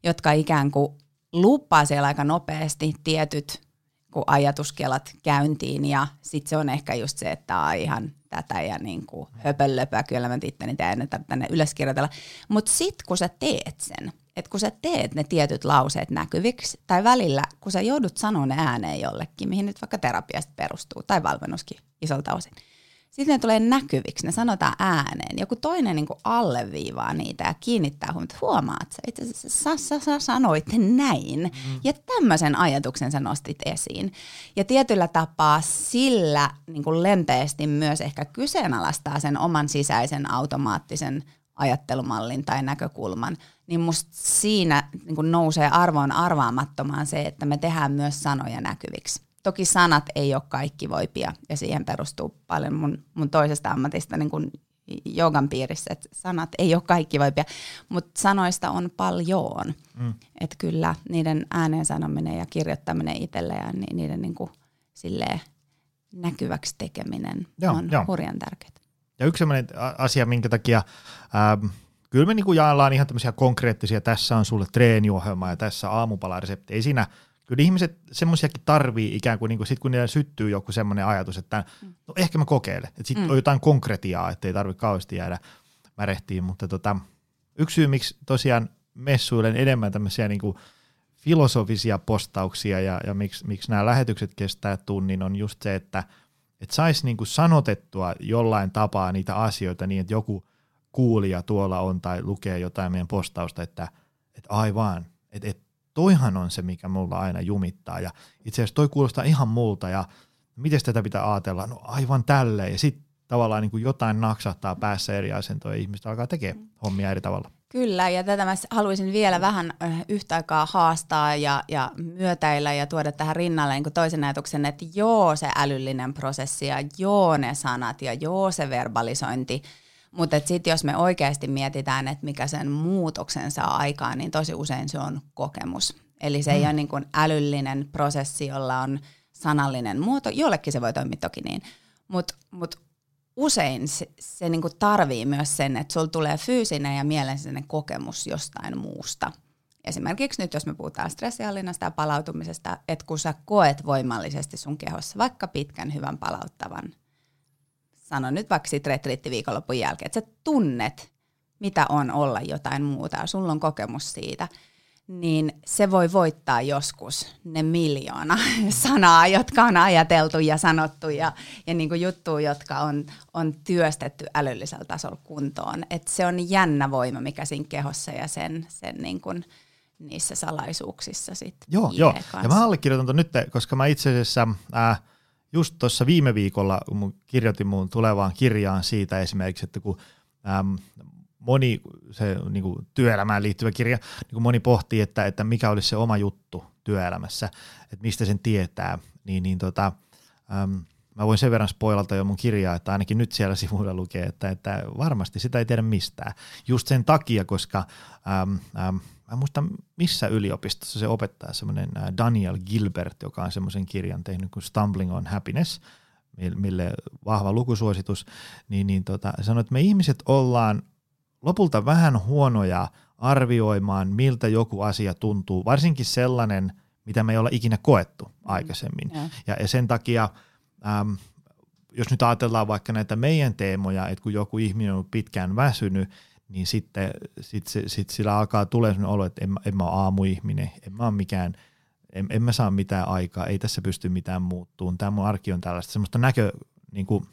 C: jotka ikään kuin luppaa siellä aika nopeasti tietyt kun ajatuskelat käyntiin ja sitten se on ehkä just se, että on ihan tätä ja niin kuin höpönlöpöä, kyllä mä itteni tein tänne ylöskirjoitella. Mutta sitten kun sä teet sen, että kun sä teet ne tietyt lauseet näkyviksi tai välillä kun sä joudut sanoa ne ääneen jollekin, mihin nyt vaikka terapiasta perustuu tai valmennuskin isolta osin, sitten ne tulee näkyviksi, ne sanotaan ääneen. Joku toinen niin kuin alleviivaa niitä ja kiinnittää huomiota, huomaat sä, itse asiassa sä, sä, sä sanoit näin. Mm. Ja tämmöisen ajatuksen sä nostit esiin. Ja tietyllä tapaa sillä niin kuin lempeästi myös ehkä kyseenalaistaa sen oman sisäisen automaattisen ajattelumallin tai näkökulman. Niin musta siinä niin kuin nousee arvoon arvaamattomaan se, että me tehdään myös sanoja näkyviksi. Toki sanat ei ole kaikki voipia ja siihen perustuu paljon mun, mun toisesta ammatista niin kuin joogan piirissä, että sanat ei ole kaikki voipia, mutta sanoista on paljon. Mm. Että kyllä niiden ääneen sanominen ja kirjoittaminen itselle ja niiden niin kuin silleen näkyväksi tekeminen joo, on jo. hurjan tärkeää.
B: Ja yksi sellainen asia, minkä takia ähm, kyllä me niin kuin jaellaan ihan tämmöisiä konkreettisia, tässä on sulle treeniohjelma ja tässä aamupalaresepti, ei siinä. Kyllä ihmiset semmoisiakin tarvii ikään kuin, niin kuin sit kun niillä syttyy joku semmoinen ajatus, että no ehkä mä kokeilen, että sitten mm. on jotain konkretiaa, ettei tarvitse kauheasti jäädä märehtiin, mutta tota, yksi syy, miksi tosiaan messuilen enemmän tämmöisiä niin kuin filosofisia postauksia ja, ja miksi, miksi nämä lähetykset kestää tunnin on just se, että et saisi niin kuin sanotettua jollain tapaa niitä asioita niin, että joku kuulija tuolla on tai lukee jotain meidän postausta, että, että aivan, että et, toihan on se, mikä mulla aina jumittaa ja itse asiassa toi kuulostaa ihan multa ja miten tätä pitää ajatella, no aivan tälleen ja sitten tavallaan niin kuin jotain naksahtaa päässä eri asentoja ja ihmiset alkaa tekemään hommia eri tavalla.
C: Kyllä ja tätä mä haluaisin vielä vähän yhtä aikaa haastaa ja, ja myötäillä ja tuoda tähän rinnalle niin kuin toisen ajatuksen, että joo se älyllinen prosessi ja joo ne sanat ja joo se verbalisointi. Mutta sitten jos me oikeasti mietitään, että mikä sen muutoksen saa aikaan, niin tosi usein se on kokemus. Eli se mm. ei ole niin kuin älyllinen prosessi, jolla on sanallinen muoto. Jollekin se voi toimia toki niin, mutta mut usein se, se niin kuin tarvii myös sen, että sulla tulee fyysinen ja mielensisäinen kokemus jostain muusta. Esimerkiksi nyt, jos me puhutaan stressihallinnasta ja palautumisesta, että kun sä koet voimallisesti sun kehossa vaikka pitkän hyvän palauttavan, sano nyt vaikka sit retriittiviikonlopun jälkeen, että sä tunnet, mitä on olla jotain muuta ja sulla on kokemus siitä, niin se voi voittaa joskus ne miljoona sanaa, jotka on ajateltu ja sanottu ja, ja niin kuin juttuja, jotka on, on työstetty älyllisellä tasolla kuntoon. Et se on jännä voima, mikä siinä kehossa ja sen, sen niin kuin niissä salaisuuksissa sitten.
B: Joo, joo. Ja mä allekirjoitan ton nyt, koska mä itse asiassa Äh, just tuossa viime viikolla, kun kirjoitin mun tulevaan kirjaan siitä esimerkiksi, että kun äm, moni se niin kuin työelämään liittyvä kirja, niin kuin moni pohtii, että, että mikä olisi se oma juttu työelämässä, että mistä sen tietää, niin, niin tota, äm, mä voin sen verran spoilata jo mun kirjaa, että ainakin nyt siellä sivuilla lukee, että, että varmasti sitä ei tiedä mistään. Just sen takia, koska äm, äm, mä muistan missä yliopistossa se opettaa semmoinen Daniel Gilbert, joka on semmoisen kirjan tehnyt kuin Stumbling on Happiness, mille vahva lukusuositus, niin, niin tota, sanoi, että me ihmiset ollaan lopulta vähän huonoja arvioimaan, miltä joku asia tuntuu, varsinkin sellainen, mitä me ei olla ikinä koettu aikaisemmin. Mm. Ja, ja sen takia, äm, jos nyt ajatellaan vaikka näitä meidän teemoja, että kun joku ihminen on pitkään väsynyt, niin sitten sit, sit, sit sillä alkaa tulee sellainen olo, että en, en mä ole aamuihminen, en mä ole mikään, en, en mä saa mitään aikaa, ei tässä pysty mitään muuttumaan, tämä mun arki on tällaista, semmoista näkö, niin kuin,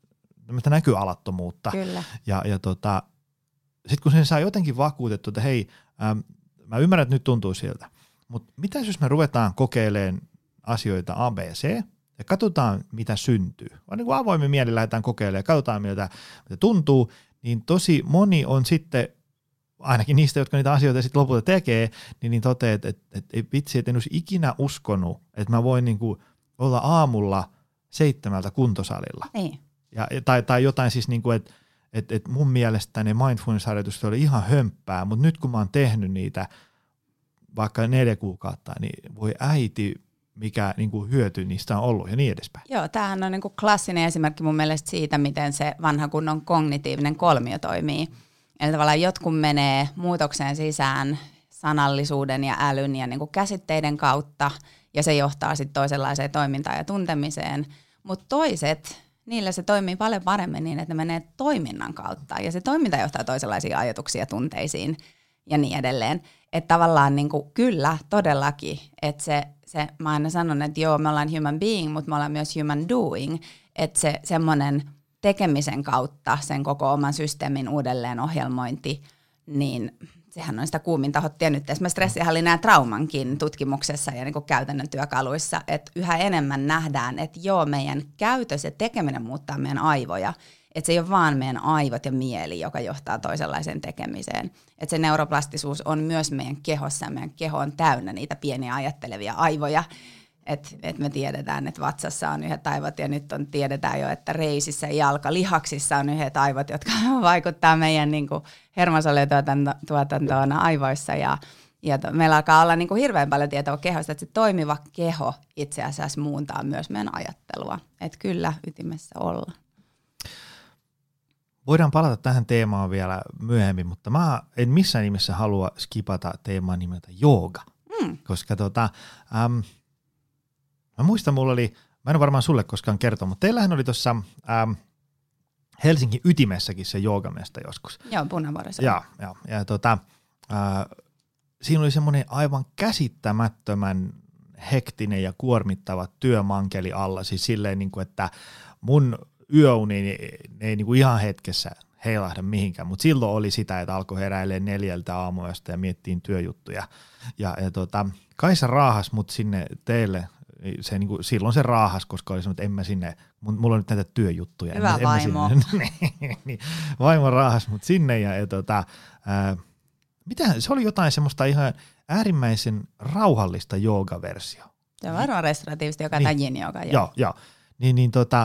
B: näköalattomuutta.
C: Kyllä.
B: Ja, ja tota, sitten kun sen saa jotenkin vakuutettu, että hei, ähm, mä ymmärrän, että nyt tuntuu siltä, mutta mitä jos me ruvetaan kokeilemaan asioita A, B, C, ja katsotaan, mitä syntyy. Vaan niin kuin avoimen mieli lähdetään kokeilemaan ja katsotaan, miltä, miltä tuntuu, niin tosi moni on sitten, ainakin niistä, jotka niitä asioita sitten lopulta tekee, niin, niin toteaa, että, että, että vitsi, että en olisi ikinä uskonut, että mä voin niin kuin olla aamulla seitsemältä kuntosalilla.
C: Niin.
B: Ja, tai, tai jotain siis, niin kuin, että, että, että mun mielestä ne mindfulness-harjoitukset oli ihan hömppää, mutta nyt kun mä oon tehnyt niitä vaikka neljä kuukautta, niin voi äiti, mikä niin kuin hyöty niistä on ollut ja niin edespäin.
C: Joo, tämähän on niin kuin klassinen esimerkki mun mielestä siitä, miten se vanha kunnon kognitiivinen kolmio toimii. Eli tavallaan jotkut menee muutokseen sisään sanallisuuden ja älyn ja niin kuin käsitteiden kautta, ja se johtaa sitten toisenlaiseen toimintaan ja tuntemiseen. Mutta toiset, niillä se toimii paljon paremmin niin, että ne menee toiminnan kautta, ja se toiminta johtaa toisenlaisiin ajatuksiin ja tunteisiin ja niin edelleen. Että tavallaan niin kuin, kyllä, todellakin, että se, se, mä aina sanon, että joo, me ollaan human being, mutta me ollaan myös human doing, että se semmoinen tekemisen kautta sen koko oman systeemin uudelleen ohjelmointi, niin sehän on sitä kuuminta hottia nyt esimerkiksi stressihallinnan ja traumankin tutkimuksessa ja niin kuin käytännön työkaluissa, että yhä enemmän nähdään, että joo, meidän käytös ja tekeminen muuttaa meidän aivoja, että se ei ole vaan meidän aivot ja mieli, joka johtaa toisenlaiseen tekemiseen. Että se neuroplastisuus on myös meidän kehossa ja meidän keho on täynnä niitä pieniä ajattelevia aivoja. Että et me tiedetään, että vatsassa on yhdet aivot ja nyt on, tiedetään jo, että reisissä ja jalkalihaksissa on yhdet aivot, jotka vaikuttaa meidän niin kuin hermosolutuotantoon aivoissa. Ja, ja to, meillä alkaa olla niin kuin hirveän paljon tietoa kehosta, että se toimiva keho itse asiassa muuntaa myös meidän ajattelua. Että kyllä ytimessä ollaan.
B: Voidaan palata tähän teemaan vielä myöhemmin, mutta mä en missään nimessä halua skipata teemaa nimeltä jooga, mm. koska tota, äm, mä muistan, mulla oli, mä en ole varmaan sulle koskaan kertonut, mutta teillähän oli tuossa äm, Helsingin ytimessäkin se joogamesta joskus.
C: Joo, Punavuoressa.
B: Joo, joo, ja tota, äh, siinä oli semmoinen aivan käsittämättömän hektinen ja kuormittava työmankeli alla, siis silleen, niin kuin, että mun yöuni ne ei niinku ihan hetkessä heilahda mihinkään, mutta silloin oli sitä, että alkoi heräilemään neljältä aamuyöstä ja miettiin työjuttuja. Ja, ja tota, Kaisa raahas mut sinne teille, se, niinku, silloin se raahas, koska oli sanonut, että en mä sinne, mulla on nyt näitä työjuttuja.
C: Hyvä
B: en,
C: vaimo.
B: En sinne, niin, vaimo raahas mut sinne ja, ja tota, ää, mitä, se oli jotain semmoista ihan äärimmäisen rauhallista joogaversio.
C: Se on varmaan restauratiivista, joka
B: niin,
C: on yin jooga.
B: Joo, joo. joo. Niin, niin tota,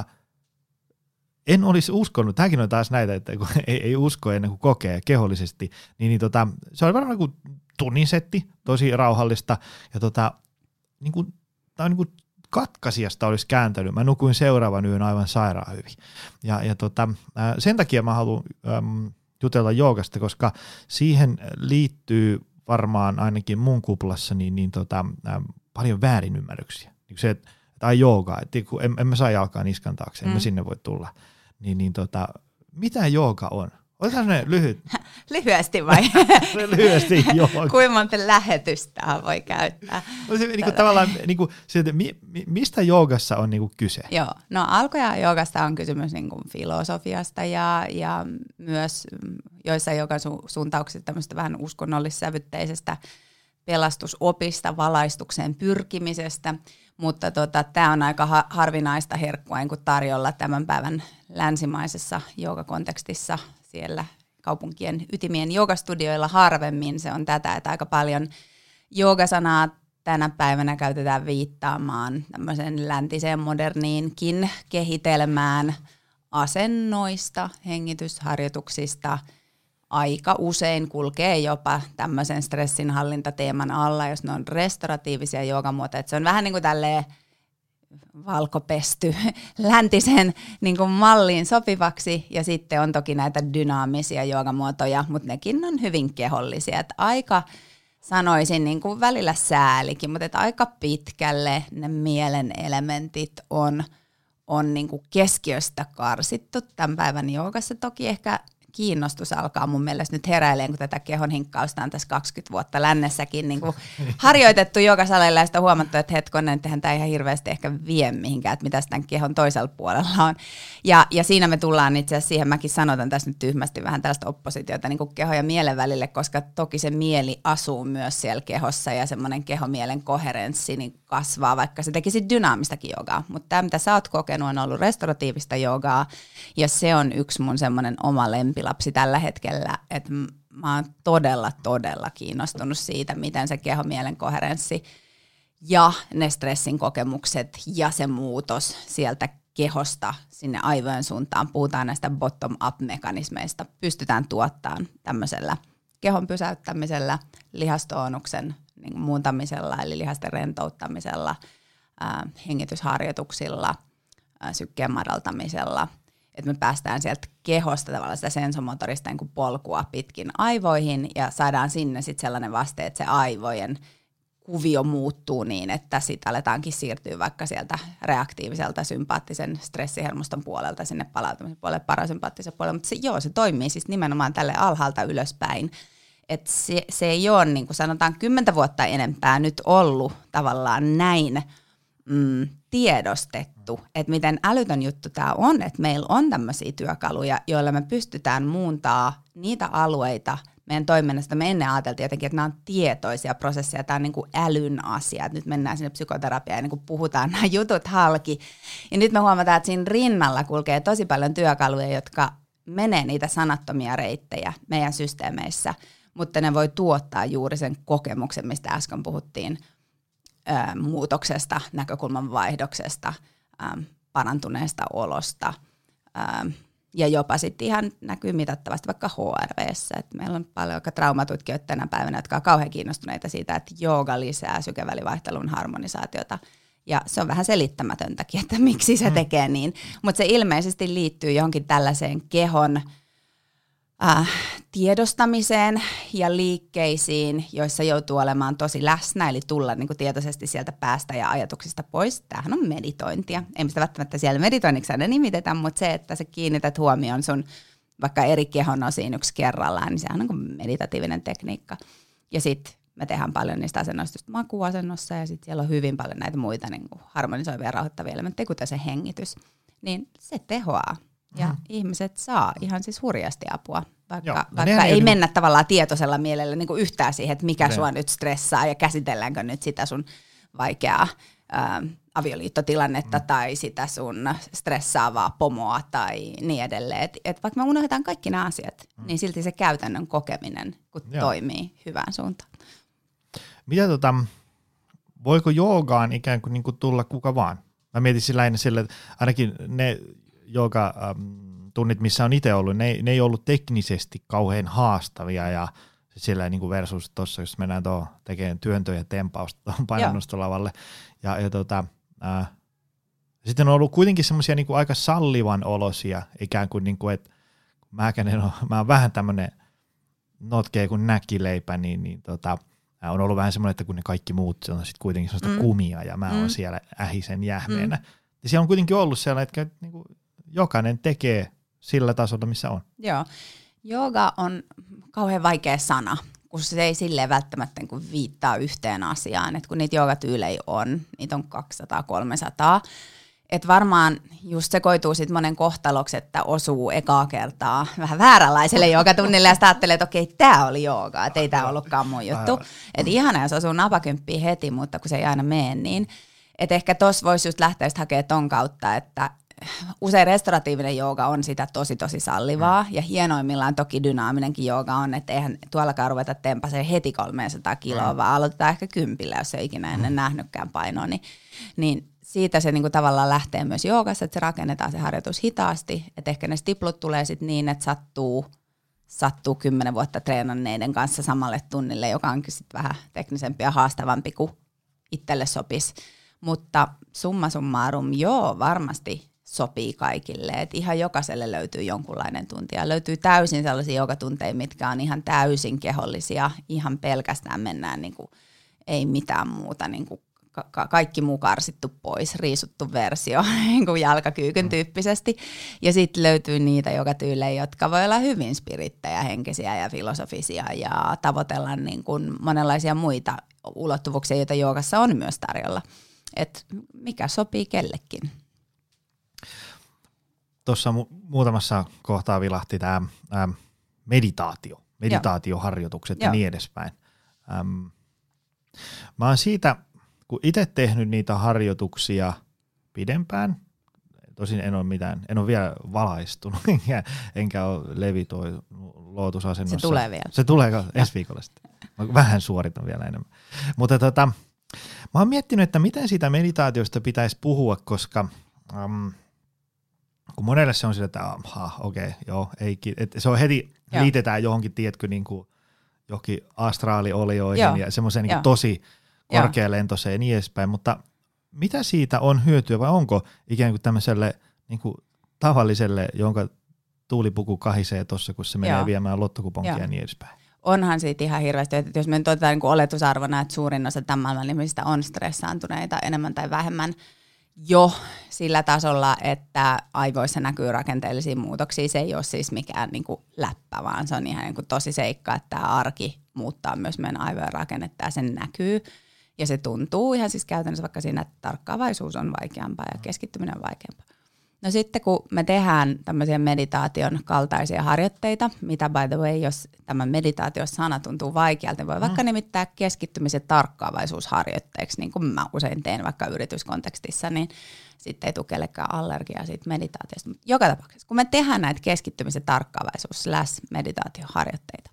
B: en olisi uskonut, tämäkin on taas näitä, että kun ei, ei usko ennen kuin kokee kehollisesti, niin, niin tota, se oli varmaan niin kuin tunnin setti, tosi rauhallista, ja tota, niin kuin, tämä on niin kuin katkaisijasta olisi kääntänyt, mä nukuin seuraavan yön aivan sairaan hyvin, ja, ja tota, sen takia mä haluan äm, jutella joogasta, koska siihen liittyy varmaan ainakin mun kuplassa niin, niin tota, äm, paljon väärinymmärryksiä, niin se, että tai joogaa, että en, en mä saa jalkaa niskan taakse, en mm. mä sinne voi tulla. Niin, niin tota, mitä jooga on? Otetaan sellainen lyhyt.
C: Lyhyesti vai?
B: Lyhyesti jooga.
C: Kuinka monta lähetystä voi käyttää?
B: No se, niin kuin, tavallaan, niin kuin, se, että mi, mi, mistä joogassa on niin kuin kyse?
C: Joo, no alkuja joogasta on kysymys niin kuin filosofiasta ja, ja myös joissain joogan su, suuntauksissa tämmöistä vähän uskonnollissävytteisestä pelastusopista, valaistukseen pyrkimisestä, mutta tota, tämä on aika ha- harvinaista herkkua niin kuin tarjolla tämän päivän länsimaisessa joogakontekstissa siellä kaupunkien ytimien joogastudioilla harvemmin. Se on tätä, että aika paljon joogasanaa tänä päivänä käytetään viittaamaan tämmöisen läntiseen moderniinkin kehitelmään asennoista, hengitysharjoituksista. Aika usein kulkee jopa tämmöisen stressinhallintateeman alla, jos ne on restauratiivisia joogamuotoja. Se on vähän niin kuin tälleen valkopesty läntisen niin kuin malliin sopivaksi. Ja sitten on toki näitä dynaamisia joogamuotoja, mutta nekin on hyvin kehollisia. Et aika sanoisin niin kuin välillä säälikin, mutta et aika pitkälle ne mielen elementit on, on niin kuin keskiöstä karsittu tämän päivän joogassa. Toki ehkä kiinnostus alkaa mun mielestä nyt heräileen, kun tätä kehon hinkkausta on tässä kaksikymmentä vuotta lännessäkin niin kuin harjoitettu joogasaleilla ja sitä huomattu, että hetkonen, että eihän tämä ihan hirveästi ehkä vie mihinkään, että mitä tämän kehon toisella puolella on. Ja, ja siinä me tullaan itse asiassa siihen, mäkin sanotan tässä nyt tyhmästi vähän tällaista oppositiota niin kuin keho ja mielen välille, koska toki se mieli asuu myös siellä kehossa ja semmoinen kehomielen koherenssi niin kasvaa, vaikka se tekisi dynaamistakin joogaa. Mutta tämä, mitä sä oot kokenut, on ollut restauratiivista joogaa ja se on yksi mun semmoinen oma lempilapsi tällä hetkellä, että mä oon todella, todella kiinnostunut siitä, miten se kehomielen koherenssi ja ne stressin kokemukset ja se muutos sieltä kehosta sinne aivojen suuntaan, puhutaan näistä bottom-up-mekanismeista, pystytään tuottamaan tämmöisellä kehon pysäyttämisellä, lihastoonuksen niin muuntamisella, eli lihasten rentouttamisella, ää, hengitysharjoituksilla, ää, sykkeen madaltamisella. että me päästään sieltä kehosta tavallaan sitä sensomotorista niin kuin polkua pitkin aivoihin ja saadaan sinne sitten sellainen vaste, että se aivojen kuvio muuttuu niin, että sitten aletaankin siirtyä vaikka sieltä reaktiiviselta sympaattisen stressihermoston puolelta sinne palautumisen puolelle, parasympaattisen puolelle, mutta se, joo, se toimii siis nimenomaan tälle alhaalta ylöspäin. Että se, se ei ole, niin kuin sanotaan, kymmentä vuotta enempää nyt ollut tavallaan näin mm, tiedostettu, että miten älytön juttu tämä on, että meillä on tämmöisiä työkaluja, joilla me pystytään muuntaa niitä alueita meidän toiminnasta. Me ennen ajateltiin jotenkin, että nämä on tietoisia prosesseja, tämä on niin kuin älyn asia, että nyt mennään sinne psykoterapiaan ja niin kuin puhutaan nämä jutut halki. Ja nyt me huomataan, että siinä rinnalla kulkee tosi paljon työkaluja, jotka menee niitä sanattomia reittejä meidän systeemeissä, mutta ne voi tuottaa juuri sen kokemuksen, mistä äsken puhuttiin, ää, muutoksesta, näkökulman vaihdoksesta, ää, parantuneesta olosta, ää, ja jopa sitten ihan näkyy mitattavasti vaikka H R V:ssä. Et meillä on paljon aika traumatutkijoita tänä päivänä, jotka on kauhean kiinnostuneita siitä, että jooga lisää sykevälivaihtelun harmonisaatiota. Ja se on vähän selittämätöntäkin, että miksi se tekee niin. Mutta se ilmeisesti liittyy johonkin tällaiseen kehon Äh, tiedostamiseen ja liikkeisiin, joissa joutuu olemaan tosi läsnä, eli tulla niin kuin tietoisesti sieltä päästä ja ajatuksista pois. Tämähän on meditointia. Ei mistä välttämättä siellä meditoinniksi aina nimitetä, mutta se, että sä kiinnität huomioon sun vaikka eri kehon osiin yksi kerrallaan, niin sehän on niin meditatiivinen tekniikka. Ja sitten me tehdään paljon niistä asennoista makuasennossa, ja sitten siellä on hyvin paljon näitä muita niin kuin harmonisoivia ja rauhoittavia elementtejä, kuten se hengitys. Niin se tehoaa. Ja mm. ihmiset saa ihan siis hurjasti apua, vaikka, Joo, vaikka ei mennä niinku tavallaan tietoisella mielellä niin kuin yhtään siihen, että mikä ne. sua nyt stressaa ja käsitelläänkö nyt sitä sun vaikeaa ä, avioliittotilannetta mm. tai sitä sun stressaavaa pomoa tai niin edelleen. Et, et vaikka me unohdetaan kaikki nämä asiat, mm. niin silti se käytännön kokeminen kun toimii hyvään suuntaan.
B: Mitä tota, voiko joogaan ikään kuin, niin kuin tulla kuka vaan? Mä mietin sillä sille, että ainakin ne joka ähm, tunnit, missä on itse ollut, ne, ne ei ollut teknisesti kauhean haastavia ja sillä niin kuin versus tuossa, jos mennään tuohon tekemään työntöjä tempausta tuohon painonnostolavalle. Ja, ja tota, äh, sitten on ollut kuitenkin semmoisia niin kuin aika sallivan olosia, ikään kuin, niin kuin että mäkään en ole, mä oon vähän tämmöinen notkea kuin näkkileipä, niin, niin tota, on ollut vähän semmoinen, että kun ne kaikki muut on sitten kuitenkin semmoista mm. kumia ja mä oon mm. siellä ähisen jähmeenä. Mm. Ja siellä on kuitenkin ollut sellainen, että niin kuin jokainen tekee sillä tasolla, missä on. Joo.
C: Jooga on kauhean vaikea sana, kun se ei silleen välttämättä niin viittaa yhteen asiaan. Et kun niitä joogatyylejä on, niitä on kaksisataa kolmesataa. Et varmaan just se koituu sitten monen kohtaloksi, että osuu ekaa kertaa vähän vääränlaiselle joogatunnille ja sitten ajattelee, että okei, tämä oli jooga, että ei tämä ollutkaan mun juttu. Että ihana, jos osuu napakymppiä heti, mutta kun se ei aina mene niin. Että ehkä tuossa voisi just lähteä hakemaan ton kautta, että usein restauratiivinen jooga on sitä tosi tosi sallivaa mm. ja hienoimmillaan toki dynaaminenkin jooga on, että eihän tuollakaan ruveta tempaseen heti kolmesataa kiloa, mm. vaan aloitetaan ehkä kympillä, jos ei ikinä ennen mm. nähnytkään painoa, niin, niin siitä se niinku tavallaan lähtee myös joogassa, että se rakennetaan se harjoitus hitaasti, että ehkä ne stiplut tulee sitten niin, että sattuu, sattuu kymmenen vuotta treenanneiden kanssa samalle tunnille, joka onkin sitten vähän teknisempi ja haastavampi kuin itselle sopisi, mutta summa summarum, joo, varmasti sopii kaikille, että ihan jokaiselle löytyy jonkunlainen tunti ja löytyy täysin sellaisia joogatunteja, mitkä on ihan täysin kehollisia, ihan pelkästään mennään niin kuin, ei mitään muuta, niin kuin ka- kaikki muu karsittu pois, riisuttu versio niin kuin jalkakyykyn tyyppisesti ja sitten löytyy niitä joogatyylejä, jotka voi olla hyvin spirittejä, henkisiä ja filosofisia ja tavoitella niin kuin monenlaisia muita ulottuvuuksia, joita joogassa on myös tarjolla, että mikä sopii kellekin.
B: Tuossa mu- muutamassa kohtaa vilahti tämä meditaatio, meditaatioharjoitukset Joo. ja niin edespäin. Ähm, mä oon siitä, kun itse tehnyt niitä harjoituksia pidempään, tosin en ole mitään, en ole vielä valaistunut, enkä, enkä ole levitoi lootusasennossa.
C: Se tulee vielä.
B: Se tulee ensi viikolla sitten. Mä vähän suoritan vielä enemmän. Mutta tota, mä oon miettinyt, että miten siitä meditaatiosta pitäisi puhua, koska ähm, kun monelle se on sillä, että aha, okei, okay, joo, ei, että se on heti, joo. liitetään johonkin, tiedätkö, niin kuin johonkin astraaliolioihin joo. ja semmoiseen niin kuin tosi korkealentoiseen ja niin edespäin, mutta mitä siitä on hyötyä vai onko ikään kuin tämmöiselle niin kuin tavalliselle, jonka tuulipuku kahisee tuossa, kun se menee Joo. viemään lottokuponkia Joo. ja niin edespäin?
C: Onhan siitä ihan hirveästi, että jos me nyt otetaan niin kuin oletusarvona, että suurin osa tämän maailman ihmisistä on stressaantuneita enemmän tai vähemmän jo sillä tasolla, että aivoissa näkyy rakenteellisia muutoksia. Se ei ole siis mikään niin kuin läppä, vaan se on ihan niin kuin tosi seikka, että tämä arki muuttaa myös meidän aivojen rakennetta ja sen näkyy. Ja se tuntuu ihan siis käytännössä vaikka siinä, että tarkkaavaisuus on vaikeampaa ja keskittyminen on vaikeampaa. No sitten kun me tehdään tämmöisiä meditaation kaltaisia harjoitteita, mitä by the way, jos tämä meditaatio-sana tuntuu vaikealta, niin voi vaikka nimittää keskittymisen tarkkaavaisuusharjoitteeksi, niin kuin mä usein teen vaikka yrityskontekstissa, niin sitten ei tule kellekään allergiaa siitä meditaatiosta. Mutta joka tapauksessa, kun me tehdään näitä keskittymisen tarkkaavaisuus slash meditaatioharjoitteita,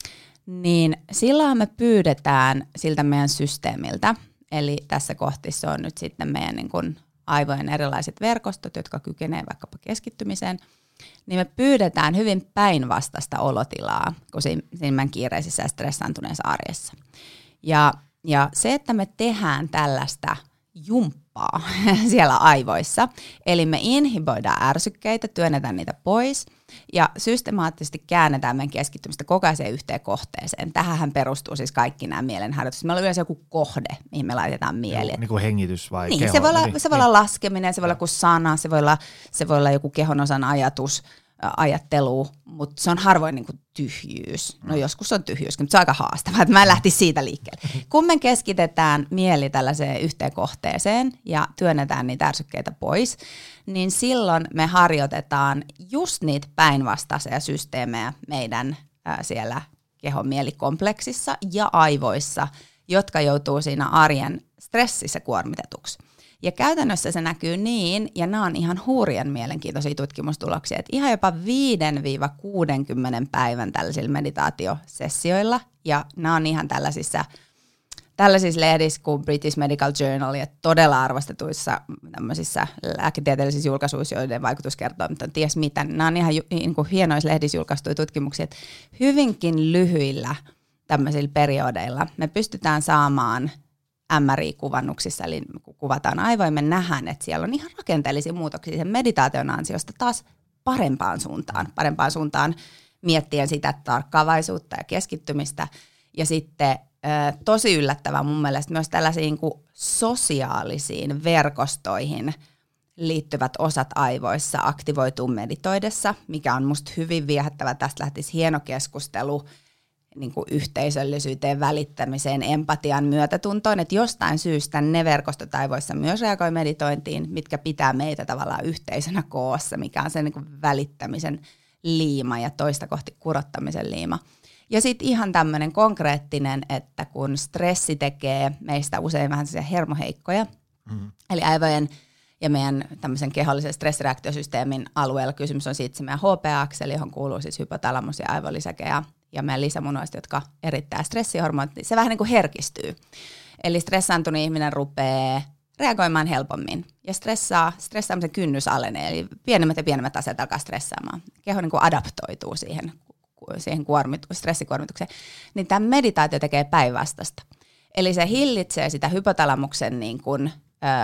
C: niin silloin me pyydetään siltä meidän systeemiltä, eli tässä kohti se on nyt sitten meidän niin kuin aivojen erilaiset verkostot, jotka kykenevät vaikkapa keskittymiseen, niin me pyydetään hyvin päinvastaista olotilaa kuin siinä meidän kiireisessä ja stressaantuneessa arjessa. Ja, ja se, että me tehdään tällaista jumppaa siellä aivoissa, eli me inhiboidaan ärsykkeitä, työnnetään niitä pois ja systemaattisesti käännetään meidän keskittymistä koko ajan yhteen kohteeseen. Tähänhän perustuu siis kaikki nämä mielenharjoitukset. Meillä on yleensä joku kohde, mihin me laitetaan mieli.
B: Niin kuin hengitys vai
C: niin,
B: keho?
C: Se voi olla, se voi olla laskeminen, se voi olla joku sana, se voi olla, se voi olla joku kehonosan ajatus, ajattelu, mutta se on harvoin niin kuin tyhjyys. No joskus on tyhjyys, mutta se on aika haastavaa, että mä en lähtisi siitä liikkeelle. Kun me keskitetään mieli tällaiseen yhteen kohteeseen ja työnnetään niitä ärsykkeitä pois, niin silloin me harjoitetaan just niitä päinvastaisia systeemejä meidän ää, siellä kehon mielikompleksissa ja aivoissa, jotka joutuu siinä arjen stressissä kuormitetuksi. Ja käytännössä se näkyy niin, ja nämä on ihan hurjan mielenkiintoisia tutkimustuloksia, että ihan jopa viidestä kuuteenkymmeneen päivän tällaisilla meditaatiosessioilla, ja nämä on ihan tällaisissa, tällaisissa lehdissä kuin British Medical Journal, ja todella arvostetuissa tämmöisissä lääketieteellisissä julkaisuissa, joiden vaikutuskertoimet on ties mitä. Nämä on ihan niin kuin hienoissa lehdissä julkaistuja tutkimuksia, että hyvinkin lyhyillä tämmöisillä periodeilla me pystytään saamaan M R I-kuvannuksissa, eli kun kuvataan aivoja, me nähdään, että siellä on ihan rakenteellisia muutoksia sen meditaation ansiosta taas parempaan suuntaan, parempaan suuntaan miettien sitä tarkkaavaisuutta ja keskittymistä. Ja sitten tosi yllättävää mun mielestä myös tällaisiin kuin sosiaalisiin verkostoihin liittyvät osat aivoissa aktivoituu meditoidessa, mikä on musta hyvin viehättävä. Tästä lähtisi hieno keskustelu niin kuin yhteisöllisyyteen, välittämiseen, empatian, myötätuntoon, että jostain syystä ne verkostot aivoissa myös reagoi meditointiin, mitkä pitää meitä tavallaan yhteisönä koossa, mikä on se niin kuin välittämisen liima ja toista kohti kurottamisen liima. Ja sitten ihan tämmöinen konkreettinen, että kun stressi tekee meistä usein vähän sellaisia hermoheikkoja, mm-hmm. eli aivojen ja meidän tämmöisen kehollisen stressireaktiosysteemin alueella kysymys on siitä se meidän H P A-akseli, johon kuuluu siis hypotalamus ja aivolisäke ja ja meidän lisämunuaiset, jotka erittää stressihormonit, niin se vähän niin kuin herkistyy. Eli stressaantunut ihminen rupeaa reagoimaan helpommin. Ja stressaa, stressaamisen kynnys alenee, eli pienemmät ja pienemmät asiat alkaa stressaamaan. Keho niin kuin adaptoituu siihen, siihen kuormitu- stressikuormitukseen. Niin tämä meditaatio tekee päinvastaista. Eli se hillitsee sitä hypotalamuksen niin kuin,